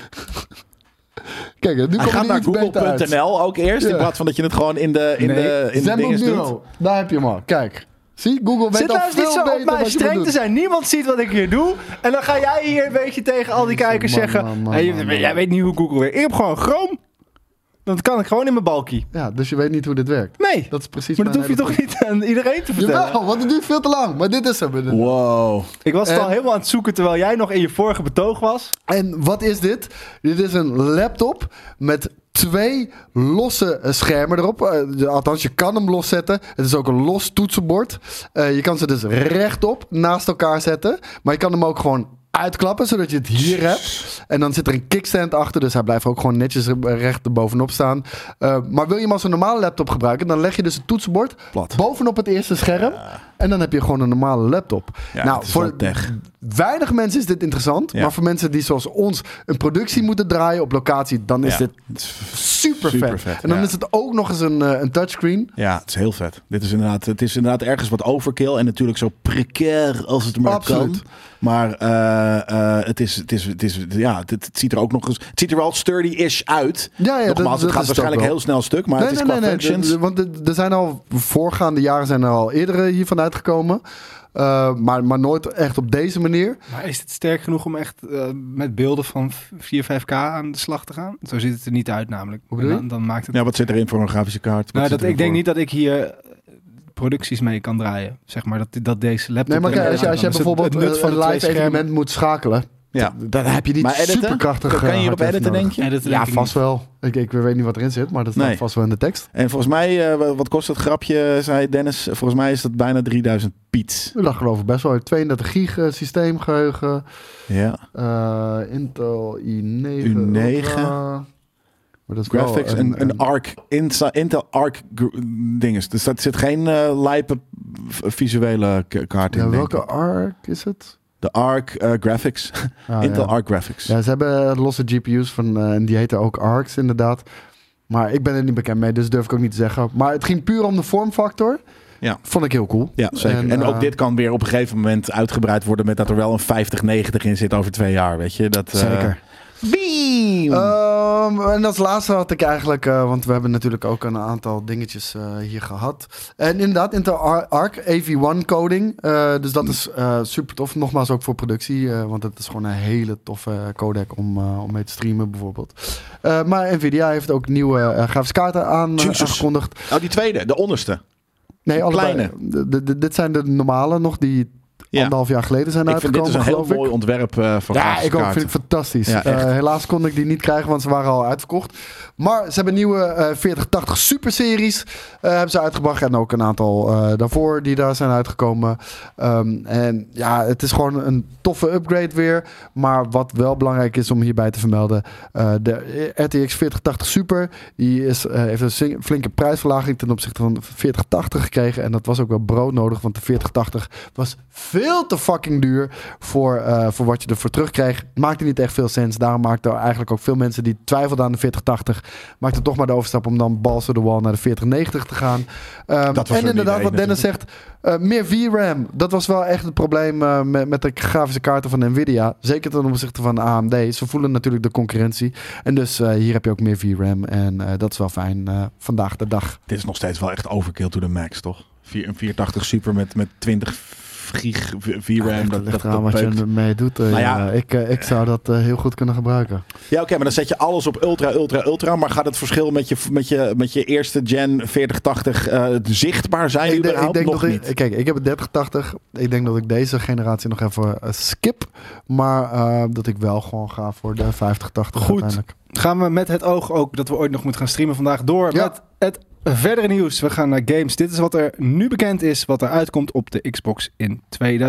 Kijk, nu hij gaat naar google.nl ook eerst. Ja. In plaats van dat je het gewoon in de dingen doet. Daar heb je hem al. Kijk. Zie, Google weet al veel beter op mij streng te zijn. Niemand ziet wat ik hier doe. En dan ga jij hier een beetje tegen al die kijkers zeggen... Jij weet niet hoe Google werkt. Ik heb gewoon Chrome. Dat kan ik gewoon in mijn balkie. Ja, dus je weet niet hoe dit werkt. Nee. Dat is precies. Maar dat hoef je toch niet aan iedereen te vertellen? Jawel, want het duurt veel te lang. Maar dit is hem. Wow. Ik was het al helemaal aan het zoeken terwijl jij nog in je vorige betoog was. En wat is dit? Dit is een laptop met 2 losse schermen erop. Althans, je kan hem loszetten. Het is ook een los toetsenbord. Je kan ze dus rechtop naast elkaar zetten. Maar je kan hem ook gewoon uitklappen, zodat je het hier hebt. En dan zit er een kickstand achter, dus hij blijft ook gewoon netjes recht erbovenop staan. Maar wil je hem als een normale laptop gebruiken, dan leg je dus het toetsenbord bovenop het eerste scherm. En dan heb je gewoon een normale laptop. Ja, nou, voor weinig mensen is dit interessant. Ja. Maar voor mensen die zoals ons een productie moeten draaien op locatie, dan is dit super vet. En dan is het ook nog eens een touchscreen. Ja, het is heel vet. Het is inderdaad ergens wat overkill. En natuurlijk zo precair als het maar kan. Maar het ziet er ook nog eens... Het ziet er wel sturdy-ish uit. Ja, nogmaals, het gaat waarschijnlijk heel snel stuk. Maar het is qua functions. Want er zijn al voorgaande jaren zijn er al eerder hiervan uitgekomen. Maar nooit echt op deze manier. Maar is het sterk genoeg om echt met beelden van 4-5K aan de slag te gaan? Zo ziet het er niet uit namelijk. Dan maakt het... Ja, wat zit erin voor een grafische kaart? Ik denk niet dat ik hier producties mee kan draaien. Zeg maar dat deze laptop... Nee, maar als je bijvoorbeeld een live evenement moet schakelen... Ja. Dan heb je niet superkrachtig... Kan je hierop editen, denk je? Ja, vast wel. Ik weet niet wat erin zit, maar dat staat vast wel in de tekst. En volgens mij, wat kost het grapje, zei Dennis? Volgens mij is dat bijna 3000 piets. Dat geloof ik best wel. 32 gig systeemgeheugen. Ja. Intel i9. U9. Graphics en een ARC, Intel ARC dinges. Dus dat zit geen lijpe visuele kaart in. Welke ARC is het? De ARC Graphics. Intel ARC Graphics. Ja, ze hebben losse GPU's en die heten ook ARCs inderdaad. Maar ik ben er niet bekend mee, dus durf ik ook niet te zeggen. Maar het ging puur om de vormfactor. Ja. Vond ik heel cool. Ja, zeker. En ook dit kan weer op een gegeven moment uitgebreid worden met dat er wel een 5090 in zit over 2 jaar, weet je. Dat, zeker. En als laatste had ik eigenlijk, want we hebben natuurlijk ook een aantal dingetjes hier gehad. En inderdaad, Intel ARC AV1 coding. Dus dat is super tof. Nogmaals ook voor productie, want het is gewoon een hele toffe codec om mee te streamen bijvoorbeeld. Maar Nvidia heeft ook nieuwe grafische kaarten aangekondigd. Oh, die tweede, de onderste. Nee, allebei. Dit zijn de normale nog die... 1,5 jaar geleden zijn uitgekomen. Dit is een heel mooi ontwerp van ik ook. Vind ik fantastisch. Ja, helaas kon ik die niet krijgen, want ze waren al uitverkocht. Maar ze hebben nieuwe 4080 Super Series hebben ze uitgebracht. En ook een aantal daarvoor die daar zijn uitgekomen. En ja, het is gewoon een toffe upgrade weer. Maar wat wel belangrijk is om hierbij te vermelden. De RTX 4080 Super die heeft een flinke prijsverlaging ten opzichte van de 4080 gekregen. En dat was ook wel broodnodig, want de 4080 was veel te fucking duur voor wat je ervoor terugkreeg. Maakte niet echt veel sens. Daarom maakten eigenlijk ook veel mensen die twijfelden aan de 4080... maakten toch maar de overstap om dan balls to the wall naar de 4090 te gaan. En inderdaad, wat Dennis zegt, meer VRAM. Dat was wel echt het probleem met de grafische kaarten van Nvidia. Zeker ten opzichte van AMD. Ze voelen natuurlijk de concurrentie. En dus hier heb je ook meer VRAM. En dat is wel fijn vandaag de dag. Dit is nog steeds wel echt overkill to the max, toch? Een 480 Super met 20 gig VRAM. Dat ligt eraan wat je ermee doet. Ik zou dat heel goed kunnen gebruiken. Ja, oké, maar dan zet je alles op ultra. Maar gaat het verschil met je eerste gen 4080 zichtbaar zijn überhaupt nog niet? Kijk, ik heb een 3080. Ik denk dat ik deze generatie nog even skip. Maar dat ik wel gewoon ga voor de 5080 goed. Uiteindelijk. Gaan we met het oog ook dat we ooit nog moeten gaan streamen vandaag door met het verdere nieuws. We gaan naar games. Dit is wat er nu bekend is, wat er uitkomt op de Xbox in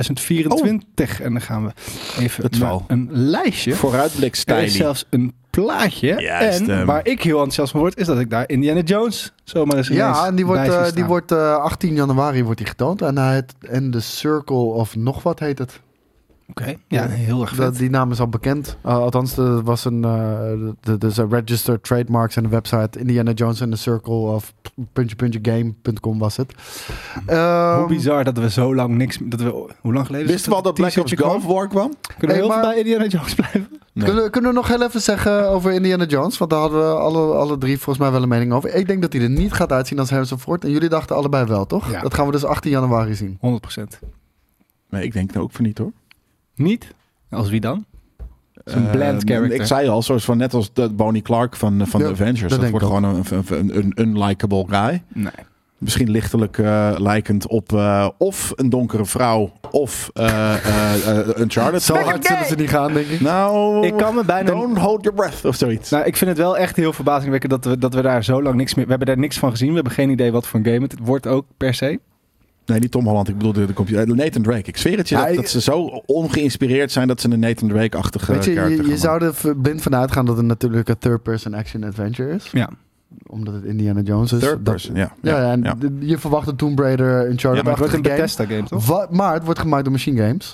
2024. En dan gaan we even naar een lijstje. Vooruitblikstijl. Er is zelfs een plaatje. Juist, en waar ik heel enthousiast van word, is dat ik daar Indiana Jones zomaar eens en die wordt 18 januari wordt die getoond. En The Circle of nog wat heet het. Oké, ja, heel erg vet. Die naam is al bekend. Althans, er was een registered trademarks en een website. Indiana Jones and the Circle of ..game.com was het. Hoe bizar dat we zo lang niks... hoe lang geleden? Wisten we al dat Black Ops Gulf War kwam? Kunnen we heel veel bij Indiana Jones blijven? Nee. Kunnen we nog heel even zeggen over Indiana Jones? Want daar hadden we alle drie volgens mij wel een mening over. Ik denk dat hij er niet gaat uitzien als Harrison Ford. En jullie dachten allebei wel, toch? Ja. Dat gaan we dus 18 januari zien. 100%. Nee, ik denk het ook voor niet, hoor. Niet? Als wie dan? Zo'n bland character. Ik zei al, zoals van net als de Bonnie Clark van de Avengers. Dat wordt gewoon een unlikable guy. Nee. Misschien lichtelijk lijkend op of een donkere vrouw of Uncharted. Zo hard zullen ze niet gaan, denk ik. Nou, Ik kan me bijna... don't hold your breath of zoiets. Nou, ik vind het wel echt heel verbazingwekkend dat we daar zo lang niks meer... We hebben daar niks van gezien. We hebben geen idee wat voor een game het wordt ook per se. Nee, niet Tom Holland. Ik bedoel de computer. Nathan Drake. Ik zweer het je dat ze zo ongeïnspireerd zijn dat ze een Nathan Drake-achtige karakter je zou er blind van uitgaan dat het natuurlijk een third-person action-adventure is. Ja. Omdat het Indiana Jones is. Third person, ja. Je verwacht een Tomb Raider, Uncharted. Ja, maar het wordt een Bethesda-game, toch? Maar het wordt gemaakt door Machine Games.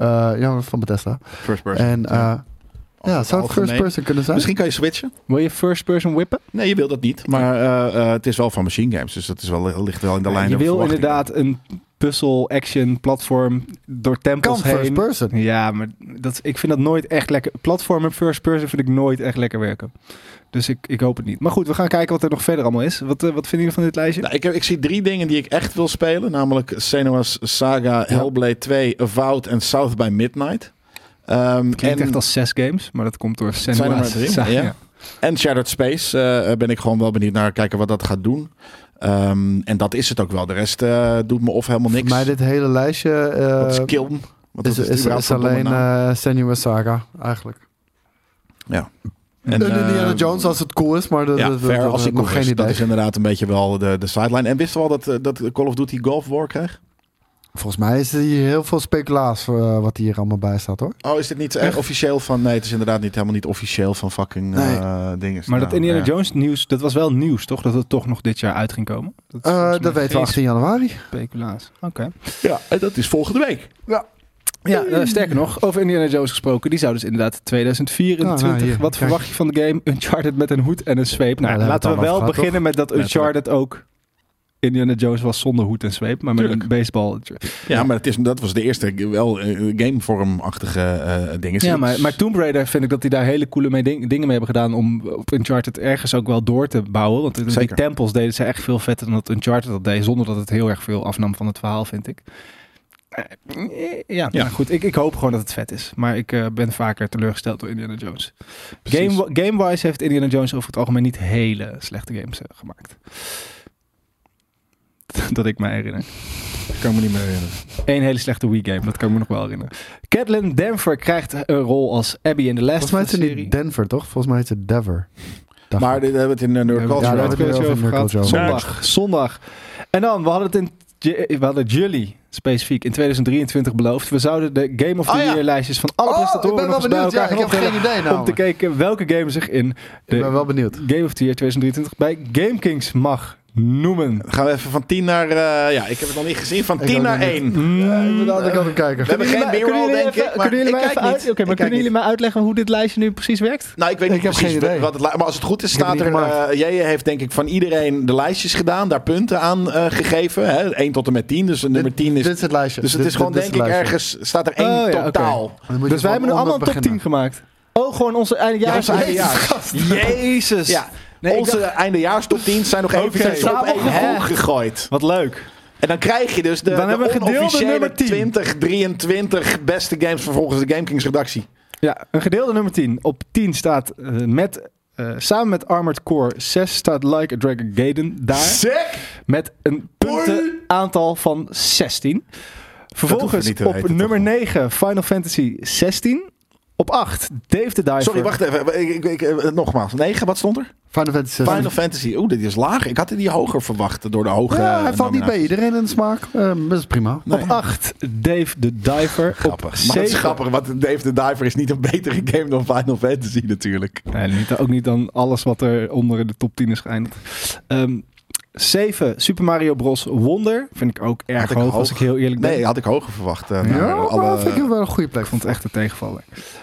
Van Bethesda. First person. En zou het first person kunnen zijn? Misschien kan je switchen. Wil je first person whippen? Nee, je wil dat niet. Maar het is wel van Machine Games. Dus dat is ligt wel in de lijn. Je wil inderdaad een puzzel-action platform door tempels heen. First person. Ja, maar ik vind dat nooit echt lekker. Platform en first person vind ik nooit echt lekker werken. Dus ik hoop het niet. Maar goed, we gaan kijken wat er nog verder allemaal is. Wat vinden jullie van dit lijstje? Nou, ik zie 3 dingen die ik echt wil spelen. Namelijk Senua's Saga, Hellblade 2, Avowed en South by Midnight. Klinkt echt als 6 games, maar dat komt door Senua's Saga. Ja. En Shattered Space ben ik gewoon wel benieuwd naar kijken wat dat gaat doen. En dat is het ook wel. De rest doet me of helemaal niks. Voor mij dit hele lijstje... Wat is Kiln? Is alleen Senua's Saga, eigenlijk. Ja. En Indiana Jones als het cool is, maar fair als ik nog geen idee. Dat is idee. inderdaad een beetje wel de sideline. En wisten we al dat Call of Duty Gulf War kreeg? Volgens mij is er hier heel veel speculaas wat hier allemaal bij staat, hoor. Oh, is dit niet echt officieel van... Nee, het is inderdaad helemaal niet officieel van fucking dingen. Maar dat Indiana Jones nieuws, dat was wel nieuws, toch? Dat het toch nog dit jaar uit ging komen? Dat weten we 18 januari. Speculaas. Oké. Ja, en dat is volgende week. Ja, sterker nog, over Indiana Jones gesproken. Die zou dus inderdaad 2024. Wat verwacht je van de game? Uncharted met een hoed en een zweep. Nou, laten we wel beginnen met dat Uncharted ook... Indiana Jones was zonder hoed en zweep, maar met een baseball. Ja, maar dat was de eerste wel gamevormachtige dingen. Ja, maar Tomb Raider vind ik dat die daar hele coole dingen mee hebben gedaan om op Uncharted ergens ook wel door te bouwen. Want die tempels deden ze echt veel vetter dan dat Uncharted dat deed, zonder dat het heel erg veel afnam van het verhaal, vind ik. Nou goed. Ik hoop gewoon dat het vet is. Maar ik ben vaker teleurgesteld door Indiana Jones. Game-wise heeft Indiana Jones over het algemeen niet hele slechte games gemaakt. Dat ik me herinner. Dat kan me niet meer herinneren. Eén hele slechte Wii-game, dat kan ik me nog wel herinneren. Catelyn Denver krijgt een rol als Abby in de Last of Us Volgens mij is het niet Denver, toch? Volgens mij is het Dever. Maar dit hebben we het in Nerd Culture Zondag. En dan, we hadden jullie specifiek in 2023 beloofd. We zouden de Game of the Year lijstjes van alle presentatoren nog eens bij elkaar gaan optellen. Om te kijken welke game zich in de ik ben wel benieuwd. Game of the Year 2023 bij GameKings mag noemen. Gaan we even van 10 naar... ik heb het nog niet gezien. Van 10 naar 1. Inderdaad, ik kan hem kijken. We hebben geen b-roll, denk ik. Kunnen jullie mij uitleggen hoe dit lijstje nu precies werkt? Nou, ik weet niet precies wat het... Maar als het goed is, staat er... Jij heeft denk ik van iedereen de lijstjes gedaan. Daar punten aan gegeven. Hè? 1 tot en met 10. Dus nummer 10 is... Dit is het lijstje. Dus het is gewoon denk ik ergens... Staat er 1 totaal. Okay. Dus wij hebben nu allemaal een top 10 gemaakt. Oh, gewoon onze eindejaars. Jezus. Ja. Nee, onze eindejaars top 10 zijn nog even samen gegooid. Wat leuk. En dan krijg je dus de onofficiële 2023 beste games van volgens de GameKings redactie. Ja, een gedeelde nummer 10. Op 10 staat samen met Armored Core 6 staat Like a Dragon Gaiden daar. Sick! Met een puntenaantal van 16. Vervolgens op nummer 9 Final Fantasy 16. Op 8 Dave the Diver. Sorry, wacht even. Nogmaals. 9, wat stond er? Final Fantasy. Oeh, dit is laag. Ik had die hoger verwacht door de hoge... Ja, hij valt niet bij iedereen in de smaak. Dat is prima. Nee. Op 8 Dave the Diver. Grappig. Op 7... Maar het is grappig, want Dave the Diver is niet een betere game dan Final Fantasy natuurlijk. Nee, ook niet dan alles wat er onder de top 10 is geëindigd. 7 Super Mario Bros. Wonder. Vind ik ook erg hoog, als ik heel eerlijk ben. Nee, had ik hoger verwacht. Vind ik wel een goede plek. Ik vond het echt een tegenvaller.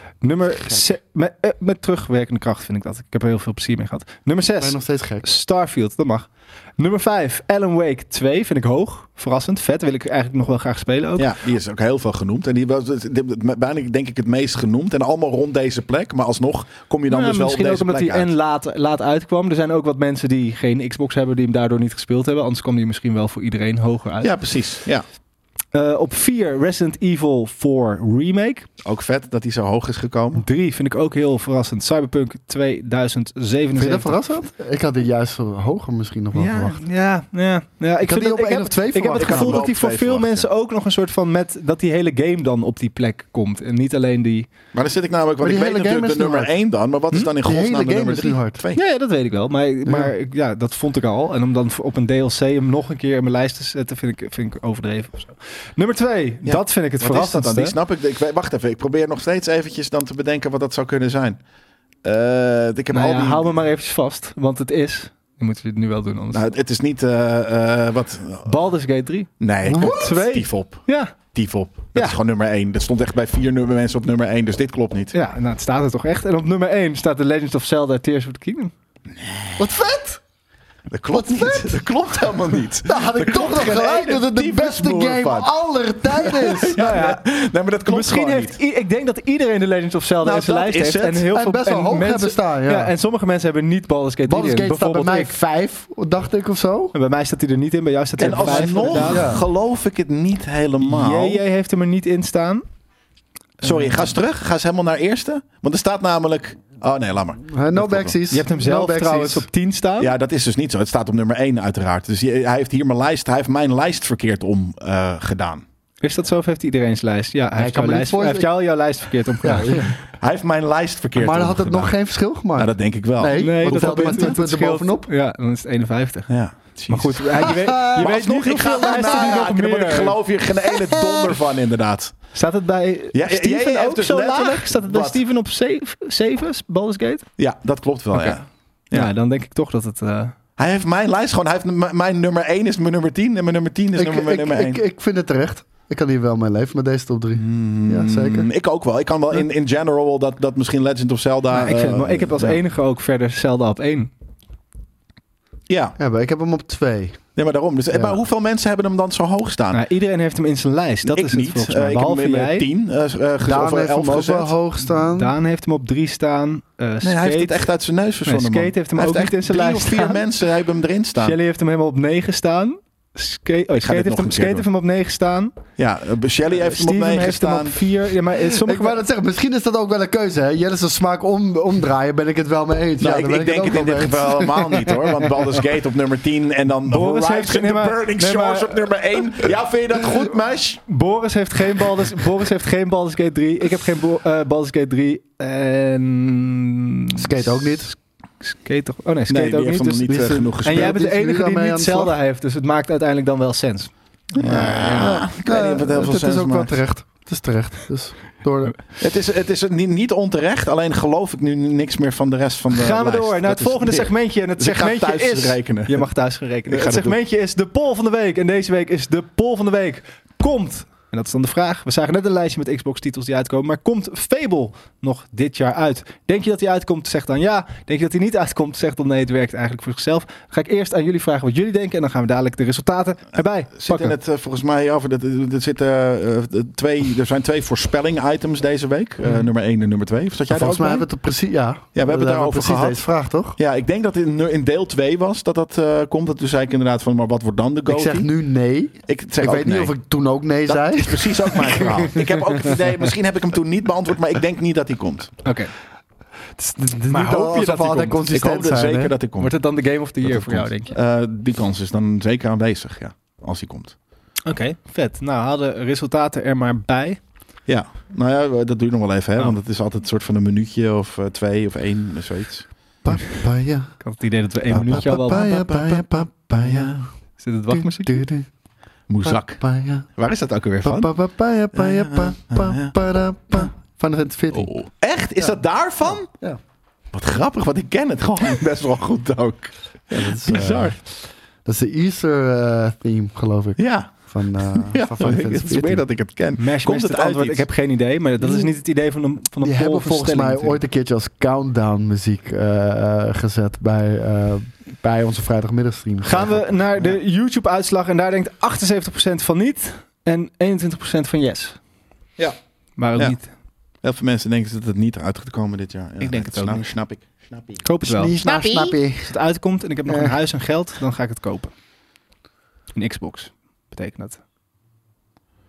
Met terugwerkende kracht vind ik dat. Ik heb er heel veel plezier mee gehad. Nummer 6. Ben je nog steeds gek? Starfield, dat mag. Nummer 5. Alan Wake 2 vind ik hoog. Verrassend. Vet. Wil ik eigenlijk nog wel graag spelen ook. Ja, die is ook heel veel genoemd. En die was bijna denk ik het meest genoemd. En allemaal rond deze plek. Maar alsnog kom je dan dus wel op deze plek uit. Misschien ook omdat hij laat uitkwam. Er zijn ook wat mensen die geen Xbox hebben die hem daardoor niet gespeeld hebben. Anders kwam die misschien wel voor iedereen hoger uit. Ja, precies. Ja. Op 4 Resident Evil 4 Remake. Ook vet dat hij zo hoog is gekomen. 3 vind ik ook heel verrassend. Cyberpunk 2077. Vind je dat verrassend? Ik had dit juist hoger misschien nog wel verwacht. Ja. Ik had die op 1 of 2 Ik heb het verwacht. gevoel Ik had hem dat hij op voor 2 veel verwacht, mensen ook nog een soort van dat die hele game dan op die plek komt. En niet alleen die... Maar dan zit ik namelijk, want Maar ik die weet hele natuurlijk game de is nummer nu 1 dan. Maar wat is dan in Die hele godsnaam de game nummer is nu 3? hard. 2. Ja, dat weet ik wel. Maar dat vond ik al. En om dan op een DLC hem nog een keer in mijn lijst te zetten, vind ik overdreven of zo. Nummer 2, Ja. dat vind ik het Wat is dat dan? verrassendste. Die snap ik. Wacht even, ik probeer nog steeds eventjes dan te bedenken wat dat zou kunnen zijn. Ik heb Nou al ja, die... hou me maar eventjes vast, want het is... Dan moeten we het nu wel doen anders. Nou, het is niet... wat... Baldur's Gate 3. Nee, What? 2. Tief op. Ja. Tief op. Dat Ja. is gewoon nummer 1. Dat stond echt bij 4 mensen op nummer 1. Dus dit klopt niet. Ja, nou, het staat er toch echt. En op nummer 1 staat The Legend of Zelda Tears of the Kingdom. Wat vet! Dat klopt Wat niet. vet. Dat klopt helemaal niet. Nou had ik toch nog geen gelijk ene dat het de tyfus beste broer game van. aller tijden is. Nee, maar dat klopt Misschien gewoon heeft... niet. Ik denk dat iedereen de Legend of Zelda Nou, in zijn dat lijst is heeft. het. En heel En veel best wel hoog hebben staan, ja. En sommige mensen hebben niet Baldur's Gate 3 Baldur's in. Gate staat bij Bijvoorbeeld mij ik. 5, dacht ik of zo. En bij mij staat hij er niet in. Bij jou staat hij En er 5 alsnog inderdaad. Ja. geloof ik het niet helemaal. JJ heeft hem er niet in staan. Sorry, ga eens terug. Ga eens helemaal naar eerste. Want er staat namelijk... Oh nee, laat maar. No klopt backsies. Je hebt hem No zelf backsies. trouwens op 10 staan. Ja, dat is dus niet zo. Het staat op nummer 1 uiteraard. Dus hij heeft hier mijn lijst... Hij heeft mijn lijst verkeerd om gedaan. Is dat zo of heeft iedereen's lijst? Ja, hij heeft, kan me niet hij voorstellen- heeft jou jouw lijst verkeerd Ja, omgedaan. ja. Hij heeft mijn lijst verkeerd Maar dan had het omgedaan. nog geen verschil gemaakt. Nou, dat denk ik wel. Nee, want dat hoeveel had maar 10 punten bovenop. Ja, dan is het 51. Ja. Maar goed, je weet Maar niet alsnog, ik ga hoeveel er lijsten die nog nadenken, want ik meer. geloof hier geen ene donder van, inderdaad. Staat het bij Ja, Steven jij heeft ook dus zo letterlijk- laag? Staat het bij Wat? Steven op 7, Baldur's Gate? Ja, dat klopt wel, Oké. ja. Ja, dan denk ik toch dat het... Hij heeft mijn lijst gewoon... Hij heeft mijn nummer 1 is mijn nummer 10 en mijn nummer 10 is nummer 1. Ik vind het terecht. Ik kan hier wel mee leven met deze top 3. Ja, zeker. Ik ook wel. Ik kan wel in general dat misschien Legend of Zelda... Nou, ik, vind het, ik heb als ja. enige ook verder Zelda op 1. Ja. Ja, maar ik heb hem op 2. Nee, maar daarom. Dus, Ja. Maar hoeveel mensen hebben hem dan zo hoog staan? Nou, iedereen heeft hem in zijn lijst. Dat ik is het niet. volgens mij. Ik heb Behalve hem in jij. 10 Daan of heeft 11 hem ook gezet. wel hoog staan. Daan heeft hem op 3 staan. Nee, hij heeft het echt uit zijn neus verzonnen, Skate man. heeft hem Hij ook niet in zijn 3 lijst of 4 staan. mensen hebben hem erin staan. Shelly heeft hem helemaal op 9 staan. Skate dit nog een keer heeft hem op 9 staan. Ja, Shelly heeft hem op Steven 9 heeft hem staan. op 4. Ja, maar sommige Ik wou dat zeggen, misschien is dat ook wel een keuze. Hè? Jelle's smaak omdraaien, ben ik het wel mee eens. Nou, ja, dan ik ben denk het het ook in wel dit mee eens. geval helemaal niet hoor. Want Baldur's Gate op nummer 10 en dan Boris heeft- Horizon nee, The maar- Burning nee, Shores maar- op nummer 1. Ja, vind je dat goed, meis? Boris heeft geen Baldur's Gate 3. Ik heb geen Baldur's Gate 3. En... Skate ook niet. Skate toch? Oh nee, Skate Nee, die ook heeft niet. hem Dus niet die is- genoeg en gespeeld. jij bent de Is jullie enige die daarmee aan niet de slag? Zelda heeft. Dus het maakt uiteindelijk dan wel sens. Ik weet niet of het heel veel Het sens is ook wel maakt. terecht. Het is terecht. Dus door de... Het is niet onterecht, alleen geloof ik nu niks meer van de rest van de Gaan we lijst. door naar Dat het is volgende dit. segmentje. En het Dus ik ga segmentje thuis is... rekenen. Je mag thuis gaan rekenen. Ik ga Het dat doen. segmentje is de poll van de week. En deze week is de poll van de week. Komt... En dat is dan de vraag. We zagen net een lijstje met Xbox-titels die uitkomen. Maar komt Fable nog dit jaar uit? Denk je dat hij uitkomt? Zeg dan ja. Denk je dat hij niet uitkomt? Zeg dan nee, het werkt eigenlijk voor zichzelf. Dan ga ik eerst aan jullie vragen wat jullie denken. En dan gaan we dadelijk de resultaten erbij Zit in pakken. het volgens mij over. Er zijn 2 voorspelling-items deze week. Nummer 1 en nummer 2. Zat jij daar ook Volgens mij bij? hebben we het er precies... Ja, we hebben het daarover precies gehad. deze vraag, toch? Ja, ik denk dat het in deel 2 was dat komt. Dat toen zei ik inderdaad van, maar wat wordt dan de Ik GOTY? zeg nu nee. Ik zeg Ik ook weet niet nee. of ik toen ook nee Dat zei. is precies ook mijn verhaal. Ik heb ook het idee, misschien heb ik hem toen niet beantwoord, maar ik denk niet dat hij komt. Oké. Maar hoop je dat hij komt? Ik consistent hoop zijn, zeker hè? dat hij komt. Wordt het dan de Game of the Dat Year het voor jou, komt. denk je? Die kans is dan zeker aanwezig, ja. Als hij komt. Oké, vet. Nou, haal de resultaten er maar bij. Ja, nou ja, dat duurt nog wel even, hè. Oh. Want het is altijd een soort van een minuutje of 2 of 1, zoiets. Papaya. Ik had het idee dat we 1 minuutje al wel... Papaya. Is dit het wachtmuziekje? Moezak. Papaya. Waar is dat ook alweer van? Papaya. Van de 14. Oh, echt? Is dat daarvan? Ja. Wat grappig, want ik ken het gewoon best wel goed ook. Ja, dat is, Bizar. Dat is de Easter theme, geloof ik. Ja, Van ja van Final het Fantasy is 14. meer dat ik het ken. Mash Komt het het uit antwoord? iets? Ik heb geen idee, maar dat is niet het idee van een Die poll hebben van volgens stelling mij natuurlijk. ooit een keertje als countdown muziek gezet bij onze vrijdagmiddagstream. Gaan we naar de YouTube-uitslag en daar denkt 78% van niet en 21% van yes. Ja. Maar ook Ja. niet. Heel veel mensen denken dat het niet uit gaat komen dit jaar. Ja, Ik denk het ook snap, niet. snap ik. Ik hoop het wel. Snappie. Als het uitkomt en ik heb nog een huis en geld, dan ga ik het kopen. Een Xbox betekent dat.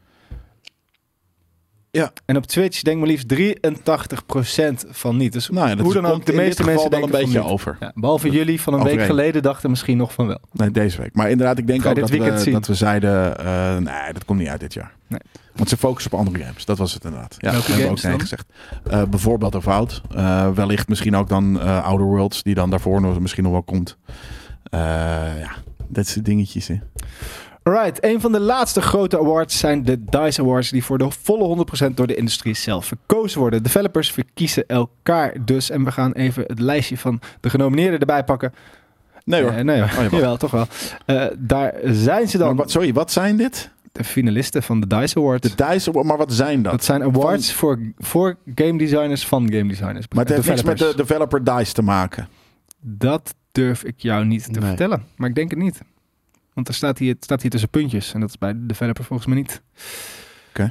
Ja. En op Twitch denk maar liefst 83% van niet. Dus Nou ja, dat hoe dan ook, de meeste mensen wel een denken beetje van over. niet. Ja, behalve jullie van een week geleden dachten misschien nog van wel. Nee, deze week. Maar inderdaad, ik denk Ga je ook dit weekend zien? dat we zeiden... nee, dat komt niet uit dit jaar. Nee. Want ze focussen op andere games. Dat was het inderdaad. Ja, Welke hebben we ook games gezegd. Bijvoorbeeld Avowed. Wellicht misschien ook dan Outer Worlds, die dan daarvoor misschien nog wel komt. Ja, dat soort dingetjes. Hè. Alright, een van de laatste grote awards zijn de DICE Awards, die voor de volle 100% door de industrie zelf verkozen worden. Developers verkiezen elkaar dus. En we gaan even het lijstje van de genomineerden erbij pakken. Nee hoor. Nee hoor. Jawel, toch wel. Daar zijn ze dan. Maar wat zijn dit? De finalisten van de DICE Awards. De DICE Awards, maar wat zijn dat? Dat zijn awards voor game designers van game designers. Maar het heeft niks met de developer DICE te maken. Dat durf ik jou niet te vertellen. Maar ik denk het niet. Want het staat hier tussen puntjes. En dat is bij de developer volgens mij niet. Oké.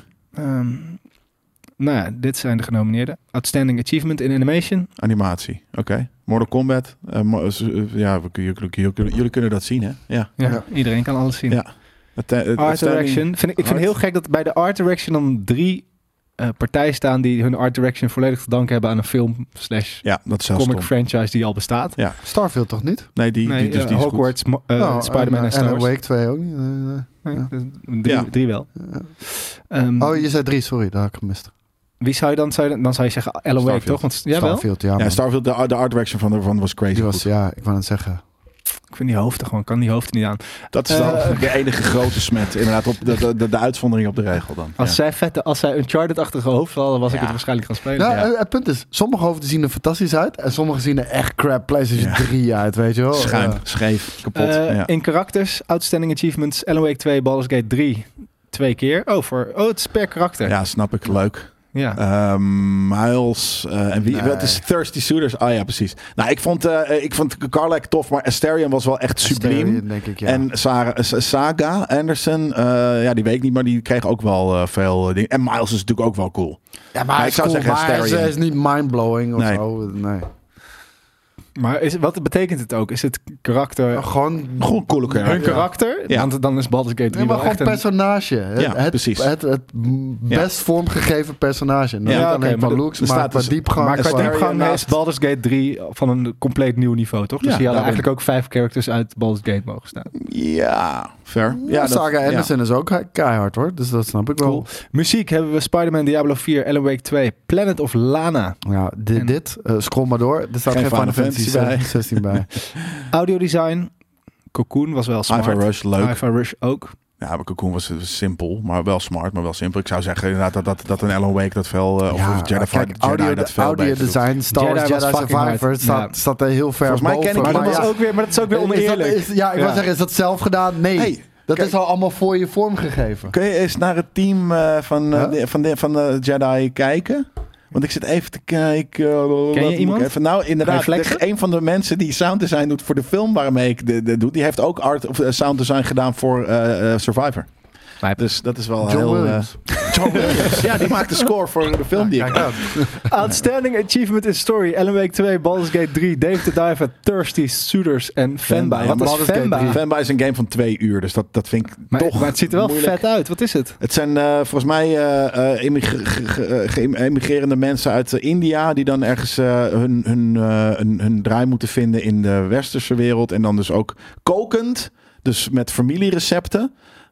Nou ja, dit zijn de genomineerden. Outstanding Achievement in Animation. Animatie, oké. Mortal Kombat. Ja, jullie kunnen dat zien, hè? Ja. Iedereen kan alles zien. Ja. Art Direction. Ik vind het heel gek dat bij de Art Direction dan 3 partijen staan die hun Art Direction volledig te danken hebben aan een film / dat is comic franchise die al bestaat. Ja. Starfield toch niet? Nee, die is Hogwarts, Spider-Man en Star Wars. Alan Wake 2 ook niet. Drie wel. Ja. Je zei 3, sorry, dat had ik gemist. Wie zou je dan zou je zeggen Alan Wake, toch? Want, Starfield, ja. Starfield, de art direction van was crazy. Die was, ja, ik wou het zeggen. Ik vind die hoofden gewoon, kan die hoofden niet aan. Dat is dan de enige grote smet. Inderdaad, op de uitzondering op de regel dan. Als zij Uncharted-achtige hoofden hadden, was ik het waarschijnlijk gaan spelen. Nou, het punt is, sommige hoofden zien er fantastisch uit en sommige zien er echt crap PlayStation 3 uit, weet je wel. Schuin, scheef, kapot. In karakters, Outstanding Achievements, Alan Wake 2, Baldur's Gate 3, 2 keer. Het is per karakter. Ja, snap ik. Leuk. Ja. Miles en wie? Wat is Thirsty Suitors? Oh ja, precies. Nou, ik vond Karlak tof, maar Asterion was wel echt subliem. Denk ik, ja. En Saga Anderson, die weet ik niet, maar die kreeg ook wel veel dingen. En Miles is natuurlijk ook wel cool. Ja, maar ik zou zeggen Asterion. Hij is niet mindblowing of zo. Nee. Maar wat betekent het ook? Is het karakter... Gewoon coole karakter. Hun karakter? Ja. Want dan is Baldur's Gate 3 maar wel gewoon echt personage. Precies. Het best vormgegeven personage. Niet alleen van looks, maar qua diepgang. Maar qua diepgang is Baldur's Gate 3 van een compleet nieuw niveau, toch? Dus die hadden eigenlijk ook 5 characters uit Baldur's Gate mogen staan. Ja, fair. Ja, Saga Anderson is ook keihard, hoor. Dus dat snap ik wel. Cool. Muziek hebben we Spider-Man, Diablo 4, Alan Wake 2, Planet of Lana. Ja, scroll maar door. Er staat geen Final Fantasy 16 bij. Audiodesign, Cocoon was wel smart. Hi-Fi Rush, leuk. Hi-Fi Rush ook. Ja, maar Cocoon was simpel, maar wel smart, maar wel simpel. Ik zou zeggen inderdaad dat een Alan Wake dat veel, of Jedi dat veel audio design, Star Wars Jedi Survivor staat er heel ver boven. Maar dat is ook weer oneerlijk. Ik wil zeggen, is dat zelf gedaan? Nee. Hey, dat is al allemaal voor je vormgegeven. Kun je eens naar het team van de Jedi kijken? Want ik zit even te kijken. Ken je iemand? Even, nou, inderdaad. Een van de mensen die sound design doet voor de film waarmee ik doe, die heeft ook sound design gedaan voor Survivor. Dus dat is wel John Williams. John Williams. Ja, die maakt de score voor de film die ik maak. Outstanding Achievement in Story. Alan Wake 2, Baldur's Gate 3, Dave the Diver, Thirsty Suitors en Fanboy. Wat is Fanboy? Fanboy is een game van 2 uur, dus dat vind ik toch Maar het ziet er wel moeilijk. vet uit. Wat is het? Het zijn volgens mij geëmigreerde mensen uit India die dan ergens hun draai moeten vinden in de westerse wereld. En dan dus ook kokend, dus met familierecepten.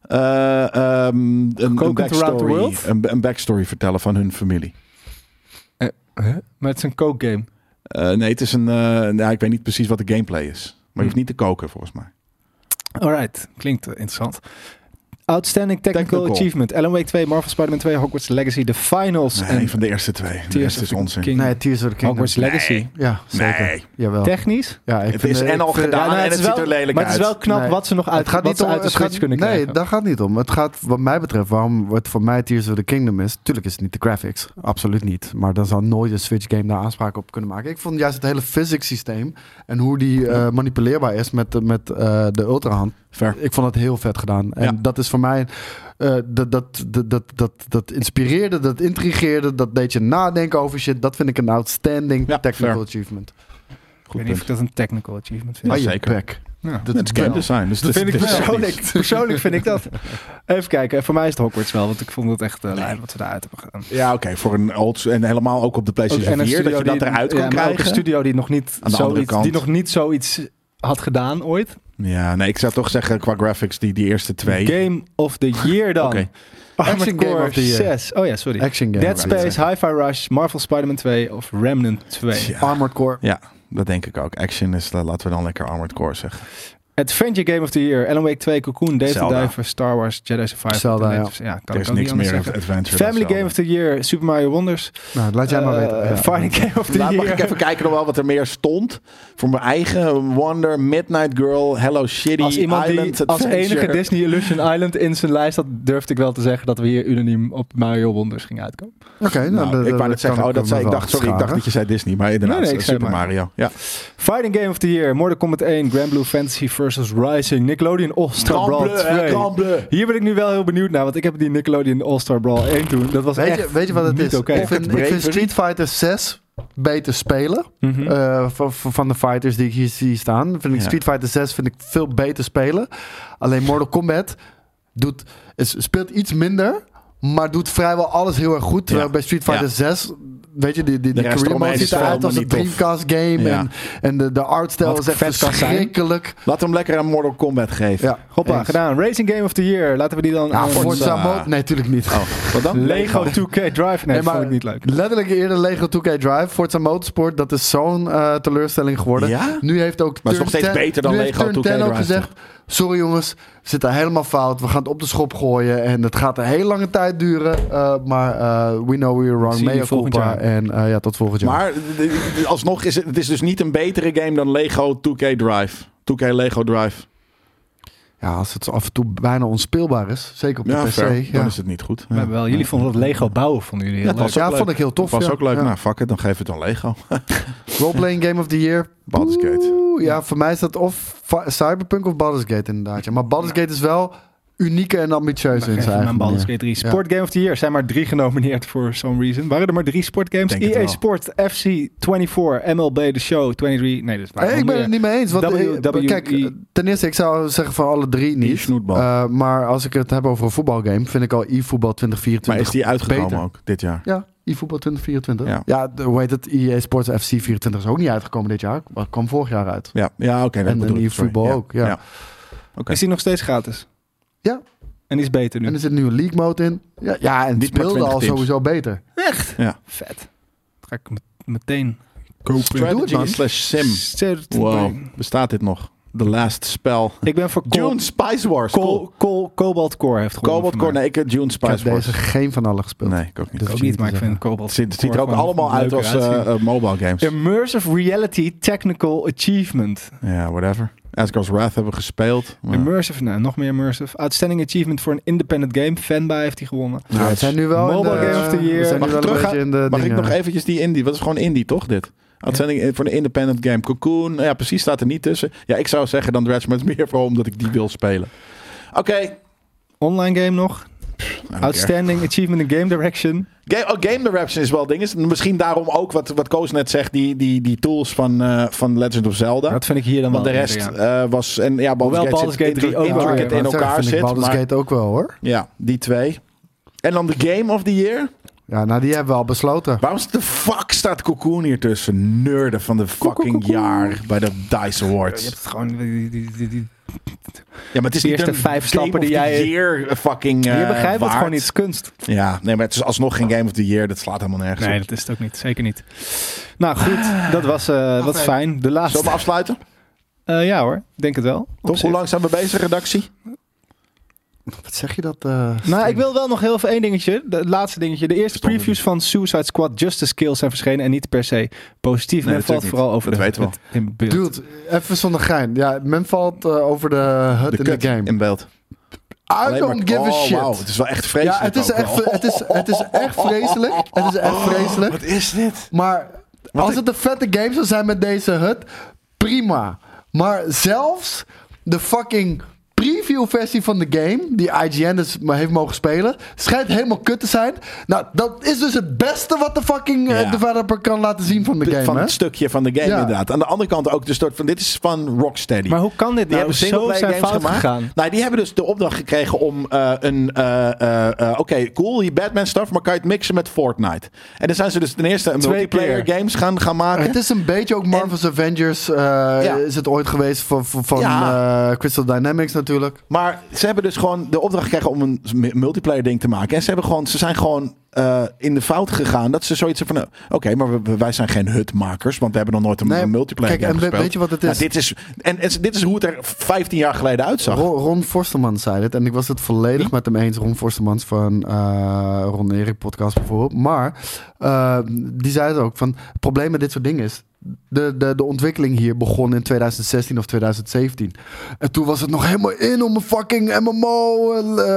Een backstory vertellen van hun familie. Maar het is een kookgame. Nee, het is ik weet niet precies wat de gameplay is. Maar je hoeft niet te koken, volgens mij. Alright, klinkt interessant. Outstanding Technical Achievement. Alan Wake 2, Marvel Spider-Man 2, Hogwarts Legacy, The Finals. Nee, een van de eerste 2. Tears is onzin. Nee, Tears of the Kingdom. Hogwarts Legacy. Nee. Ja, zeker. Nee. Jawel. Technisch? Ja, het is al gedaan en het ziet er lelijk uit. Maar het is wel knap wat ze nog uit de Switch kunnen krijgen. Nee, daar gaat niet om. Het gaat, wat mij betreft, waarom het voor mij Tears of the Kingdom is. Tuurlijk is het niet de graphics. Absoluut niet. Maar dan zal nooit een Switch game daar aanspraak op kunnen maken. Ik vond juist het hele physics systeem en hoe die manipuleerbaar is met de ultrahand. Fair. Ik vond het heel vet gedaan. En dat is voor mij... Dat inspireerde, dat intrigeerde, dat deed je nadenken over shit. Dat vind ik een outstanding technical achievement. Ik weet niet of ik dat een technical achievement vind. Zeker. Ja. Het is game design. Dus dat vind ik persoonlijk vind ik dat. Even kijken. Voor mij is het Hogwarts wel. Want ik vond het echt lijp wat ze daaruit hebben gedaan. Ja, oké. Voor een old... En helemaal ook op de PlayStation 4. Dat je dat eruit kon krijgen. Ook een studio die nog niet zoiets had gedaan ooit. Ja, nee. Ik zou toch zeggen qua graphics die eerste 2. Game of the Year dan. Okay. Armored Core 6. Oh ja, sorry. Action game. Dead Space, Hi-Fi Rush, Marvel Spider-Man 2 of Remnant 2. Ja. Armored Core. Ja, dat denk ik ook. Action is, laten we dan lekker Armored Core zeggen. Adventure Game of the Year, Alan Wake 2, Cocoon, Dave the Diver, Star Wars, Jedi Survivor. Zelda, ja. Er is niks meer of adventure. Family Game of the Year, Super Mario Wonders. Nou, laat jij maar weten. Fighting Game of the Year. Mag ik even kijken nog wel wat er meer stond? Voor mijn eigen Wonder, Midnight Girl, Hello Shitty, als iemand Island die als Adventure. enige Disney Illusion Island in zijn lijst had, durfde ik wel te zeggen dat we hier unaniem op Mario Wonders gingen uitkomen. Oké, nou, ik wou net zeggen, ik dacht dat je zei Disney, maar inderdaad, nee, Super Mario. Ja. Fighting Game of the Year, Mortal Kombat 1, Grand Blue Fantasy vs. Rising, Nickelodeon All-Star Brawl 2. Hier ben ik nu wel heel benieuwd naar, want ik heb die Nickelodeon All-Star Brawl 1 toen. Dat was weet je wat het is? Okay. Ik vind Street Fighter 6 beter spelen. Van de fighters die ik hier zie staan. Street Fighter 6 veel beter spelen. Alleen Mortal Kombat speelt iets minder, maar doet vrijwel alles heel erg goed. Terwijl bij Street Fighter 6... Weet je, die career mode ziet eruit als een Dreamcast game. Ja. En de artstijl is echt verschrikkelijk. Laten we hem lekker aan Mortal Kombat geven. Ja. Hoppa, gedaan. Racing Game of the Year. Laten we die dan... Ja, Forza Mode? Nee, natuurlijk niet. Wat dan? Lego 2K Drive. Nee, dat vond ik niet leuk. Letterlijk eerder Lego 2K Drive. Forza Motorsport, dat is zo'n teleurstelling geworden. Ja? Nu heeft ook maar het is nog steeds beter dan Lego 2K Drive. Ook gezegd, sorry jongens, we zitten helemaal fout. We gaan het op de schop gooien. En het gaat een hele lange tijd duren. Maar we know we were wrong. Mea culpa. En tot volgend jaar. Maar alsnog is het is dus niet een betere game dan Lego 2K Drive. 2K Lego Drive. Ja, als het af en toe bijna onspeelbaar is. Zeker op de PC. Fair. Dan is het niet goed. Maar wel, jullie vonden dat Lego bouwen vonden jullie heel leuk. Ja, vond ik heel tof. Dat was ook leuk. Nou, fuck it. Dan geef het dan Lego. Roleplaying Game of the Year. Baldur's Gate. Ja, voor mij is dat of Cyberpunk of Baldur's Gate inderdaad. Ja. Maar Baldur's Gate is wel unieke en ambitieuze in zijn eigen Baldur's Gate 3. Sport Game of the Year zijn maar 3 genomineerd voor some reason. Waren er maar 3 sportgames? EA Sport, FC 24, MLB The Show 23. Nee, dat is ik ben het niet mee eens. Want kijk, ten eerste, ik zou zeggen van alle 3 niet. Maar als ik het heb over een voetbalgame, vind ik al eFootball 2024 Maar is die uitgekomen beter. ook dit jaar? Ja, eFootball 2024. Ja, hoe heet het? EA Sports FC 24 is ook niet uitgekomen dit jaar. Maar kwam vorig jaar uit. Ja, oké. En eFootball ook. Ja. Is die nog steeds gratis? Ja. En die is beter nu. En er zit nu een league mode in. Ja, en die speelde al sowieso beter. Echt? Ja. Vet. Dat ga ik meteen kopen. Strategy/sim. Wow. Bestaat dit nog? The Last Spell. Ik ben voor Dune Spice Wars. Cobalt Core heeft gewonnen. Cobalt Core, nee, ik heb Dune Spice Wars. Ik heb deze geen van alle gespeeld. Nee, ik ook niet. Dat ook niet, maar ik vind Cobalt Het ziet er ook allemaal uit als mobile games. Immersive Reality Technical Achievement. Ja, whatever. Asgard's Wrath hebben we gespeeld. Maar... Immersive, nog meer immersive. Outstanding Achievement voor een independent game. Fanby heeft hij gewonnen. Nou, het zijn nu wel Mobile Game of the Year. Mag ik nog eventjes die indie? Wat is gewoon indie, toch dit? Uitzending voor een independent game. Cocoon, ja precies, staat er niet tussen. Ja, ik zou zeggen dan Dredge met meer voor omdat ik die wil spelen. Oké. Online game nog. Outstanding Achievement in Game Direction. Game Direction is wel ding. Misschien daarom ook wat Koos net zegt, die tools van Legend of Zelda. Dat vind ik hier dan wel. Want de rest was... En ja, Baldur's Gate 3 ook in elkaar zit. Baldur's Gate ook wel hoor. Ja, die 2. En dan de Game of the Year. Ja, nou die hebben we al besloten. Waarom de fuck staat Cocoon hier tussen? Nerden van de fucking jaar bij de DICE Awards. Je hebt het gewoon... Ja, maar het is de eerste 5 stappen die jij... Year fucking je begrijpt het gewoon niet, het is kunst. Ja, nee, maar het is alsnog geen Game of the Year. Dat slaat helemaal nergens Nee, op. dat is het ook niet. Zeker niet. Nou goed, dat was fijn. De laatste... Zullen we afsluiten? Ja hoor, denk het wel. Toch, hoe lang zijn we bezig, redactie? Wat zeg je dat? Nou, ik wil wel nog heel even één dingetje. Het laatste dingetje. De eerste previews van Suicide Squad Justice Kills zijn verschenen en niet per se positief. Men valt vooral over dat weten we in beeld. Dude, even zonder gein. Ja, men valt over de HUD in de game. In beeld. I don't give a shit. Wow, het is wel echt vreselijk. Ja, het is echt vreselijk. Het is echt vreselijk. Wat is dit? Maar als het een vette game zou zijn met deze HUD, prima. Maar zelfs de fucking preview-versie van de game, die IGN dus heeft mogen spelen, schijnt helemaal kut te zijn. Nou, dat is dus het beste wat de fucking developer kan laten zien van de game. Van het stukje van de game, inderdaad. Aan de andere kant ook de start van, dit is van Rocksteady. Maar hoe kan dit nou zo zijn fout gegaan? Nou, die hebben dus de opdracht gekregen om oké, cool, je Batman stuff, maar kan je het mixen met Fortnite? En dan zijn ze dus ten eerste een multiplayer games gaan maken. Het is een beetje ook Marvel's Avengers is het ooit geweest van Crystal Dynamics natuurlijk. Maar ze hebben dus gewoon de opdracht gekregen om een multiplayer ding te maken. En ze zijn gewoon in de fout gegaan dat ze zoiets van oké, maar wij zijn geen hutmakers, want we hebben nog nooit een multiplayer game gespeeld. Weet je wat het is? Dit is hoe het er 15 jaar geleden uitzag. Ron Forstermans zei het en ik was het volledig met hem eens. Ron Forstermans van Ron Erik podcast bijvoorbeeld. Maar die zei het ook van het probleem met dit soort dingen is de ontwikkeling hier begon in 2016 of 2017. En toen was het nog helemaal in om een fucking MMO,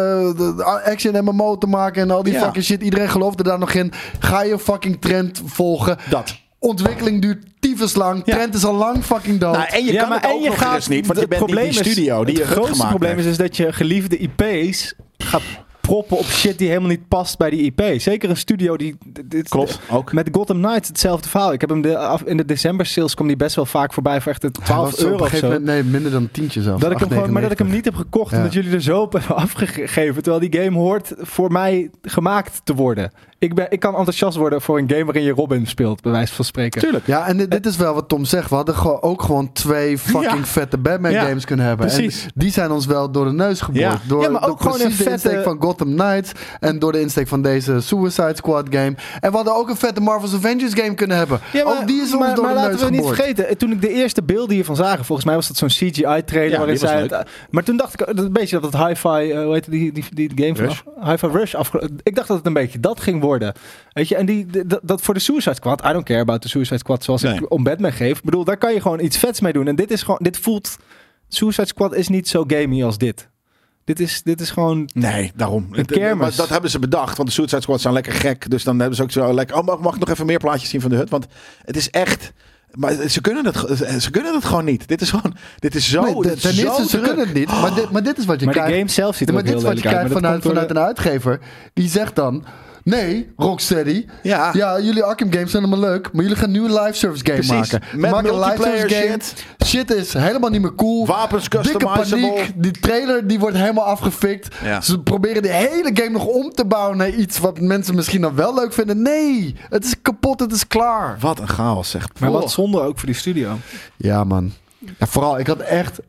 action MMO te maken en al die fucking shit. Iedereen geloofde daar nog in. Ga je fucking trend volgen. Ontwikkeling duurt tyfus lang. Trend is al lang fucking dood. Nou, en je kan het ook nog eens niet, want je bent niet die studio die het grootste probleem is dat je geliefde IP's gaat proppen op shit die helemaal niet past bij die IP. Zeker een studio die... Klopt, ook. Met Gotham Knights hetzelfde verhaal. Ik heb hem in de december sales kwam die best wel vaak voorbij voor echt €12 of zo. Nee, minder dan tientje zelf. Dat ik hem niet heb gekocht omdat jullie er zo op hebben afgegeven. Terwijl die game hoort voor mij gemaakt te worden. Ik kan enthousiast worden voor een game waarin je Robin speelt, bij wijze van spreken. Tuurlijk. Ja, en dit is wel wat Tom zegt. We hadden ook gewoon 2 fucking vette Batman games kunnen hebben. Precies. En die zijn ons wel door de neus geboord. Door, maar ook gewoon een vette insteek van Gotham Knights en door de insteek van deze Suicide Squad game. En we hadden ook een vette Marvel's Avengers game kunnen hebben. Ja, maar, ook die is ons door de neus geboord. Maar laten we niet vergeten, toen ik de eerste beelden hiervan zag, volgens mij was dat zo'n CGI-trailer waarin zij maar toen dacht ik een beetje dat het Hi-Fi, hoe heet die game Rush? Van Hi-Fi Rush ik dacht dat het een beetje dat ging worden. Weet je, en dat voor de Suicide Squad, I don't care about the Suicide Squad zoals ik om Batman geef. Ik bedoel, daar kan je gewoon iets vets mee doen. En dit voelt, Suicide Squad is niet zo gamey als dit. Dit is gewoon... Nee, daarom. Een kermis. Maar dat hebben ze bedacht, want de Suicide Squad zijn lekker gek. Dus dan hebben ze ook zo lekker... mag ik nog even meer plaatjes zien van de hut? Want het is echt... Maar ze kunnen het gewoon niet. Dit is zo... Nee, ze kunnen het niet. Maar dit is wat je krijgt. Maar de game zelf ziet er ook heel lelijk uit. Maar dit is wat je krijgt vanuit een uitgever. Die zegt dan... Nee, Rocksteady. Ja, jullie Arkham games zijn helemaal leuk. Maar jullie gaan nu een live service game maken. Met maken een live service game. Shit is helemaal niet meer cool. Wapens customizable. Dikke paniek. Die trailer die wordt helemaal afgefikt. Ja. Ze proberen de hele game nog om te bouwen naar iets wat mensen misschien dan wel leuk vinden. Nee, het is kapot. Het is klaar. Wat een chaos, zegt. Maar wat zonde ook voor die studio. Ja, man. Ja, vooral, ik had echt...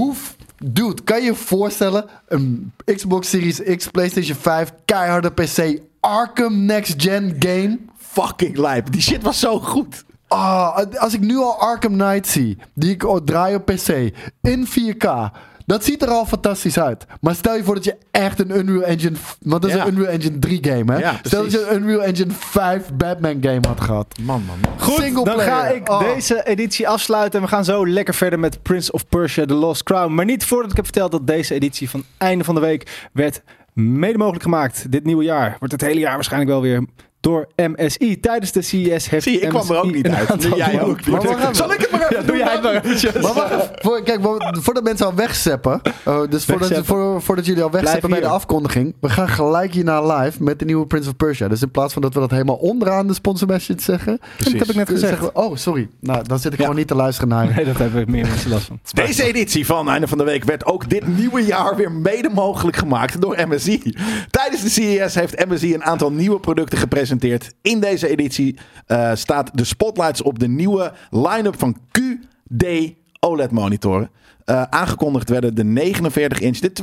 Dude, kan je je voorstellen? Een Xbox Series X, PlayStation 5, keiharde PC, Arkham Next Gen game. Fucking lijp. Die shit was zo goed. Als ik nu al Arkham Knight zie, die ik draai op PC, in 4K... Dat ziet er al fantastisch uit. Maar stel je voor dat je echt een Unreal Engine... Want dat is een Unreal Engine 3 game, hè? Ja, stel dat je een Unreal Engine 5 Batman game had gehad. Man. Goed, dan ga ik deze editie afsluiten. En we gaan zo lekker verder met Prince of Persia The Lost Crown. Maar niet voordat ik heb verteld dat deze editie van einde van de week... werd mede mogelijk gemaakt. Dit nieuwe jaar wordt het hele jaar waarschijnlijk wel weer... door MSI. Tijdens de CES heeft ik kwam er ook niet uit. Jij ook. Zal ik het maar even doen? Doe jij het maar eventjes. Kijk, voordat mensen al wegzeppen. Dus voordat jullie al wegzeppen bij de afkondiging. We gaan gelijk hierna live met de nieuwe Prince of Persia. Dus in plaats van dat we dat helemaal onderaan de sponsor message zeggen. Dat heb ik net gezegd. Sorry. Nou, dan zit ik gewoon niet te luisteren naar je. Nee, dat hebben meer mensen last van. Deze editie van Einde van de Week werd ook dit nieuwe jaar weer mede mogelijk gemaakt door MSI. Tijdens de CES heeft MSI een aantal nieuwe producten gepresenteerd. In deze editie staat de spotlights op de nieuwe line-up van QD OLED monitoren. Aangekondigd werden de 49 inch, de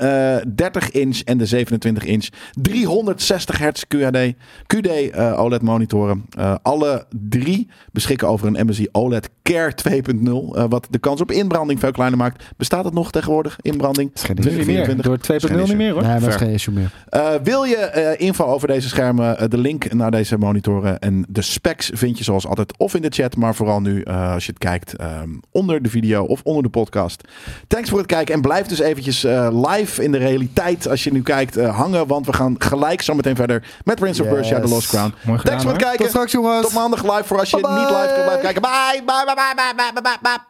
32 inch en de 27 inch. 360 hertz QD OLED monitoren. Alle 3 beschikken over een MSI OLED Care 2.0. Wat de kans op inbranding veel kleiner maakt. Bestaat het nog tegenwoordig, inbranding? Niet meer. Door 2.0 niet meer hoor. Nee, dat is geen issue meer. Wil je info over deze schermen? De link naar deze monitoren en de specs vind je zoals altijd of in de chat. Maar vooral nu als je het kijkt onder de video of onder de podcast. Thanks voor het kijken en blijf dus eventjes live in de realiteit als je nu kijkt hangen, want we gaan gelijk zo meteen verder met Prince of Persia The Lost Crown. Thanks voor het kijken. Tot straks jongens. Tot maandag live voor als je niet live kunt blijven kijken. Bye.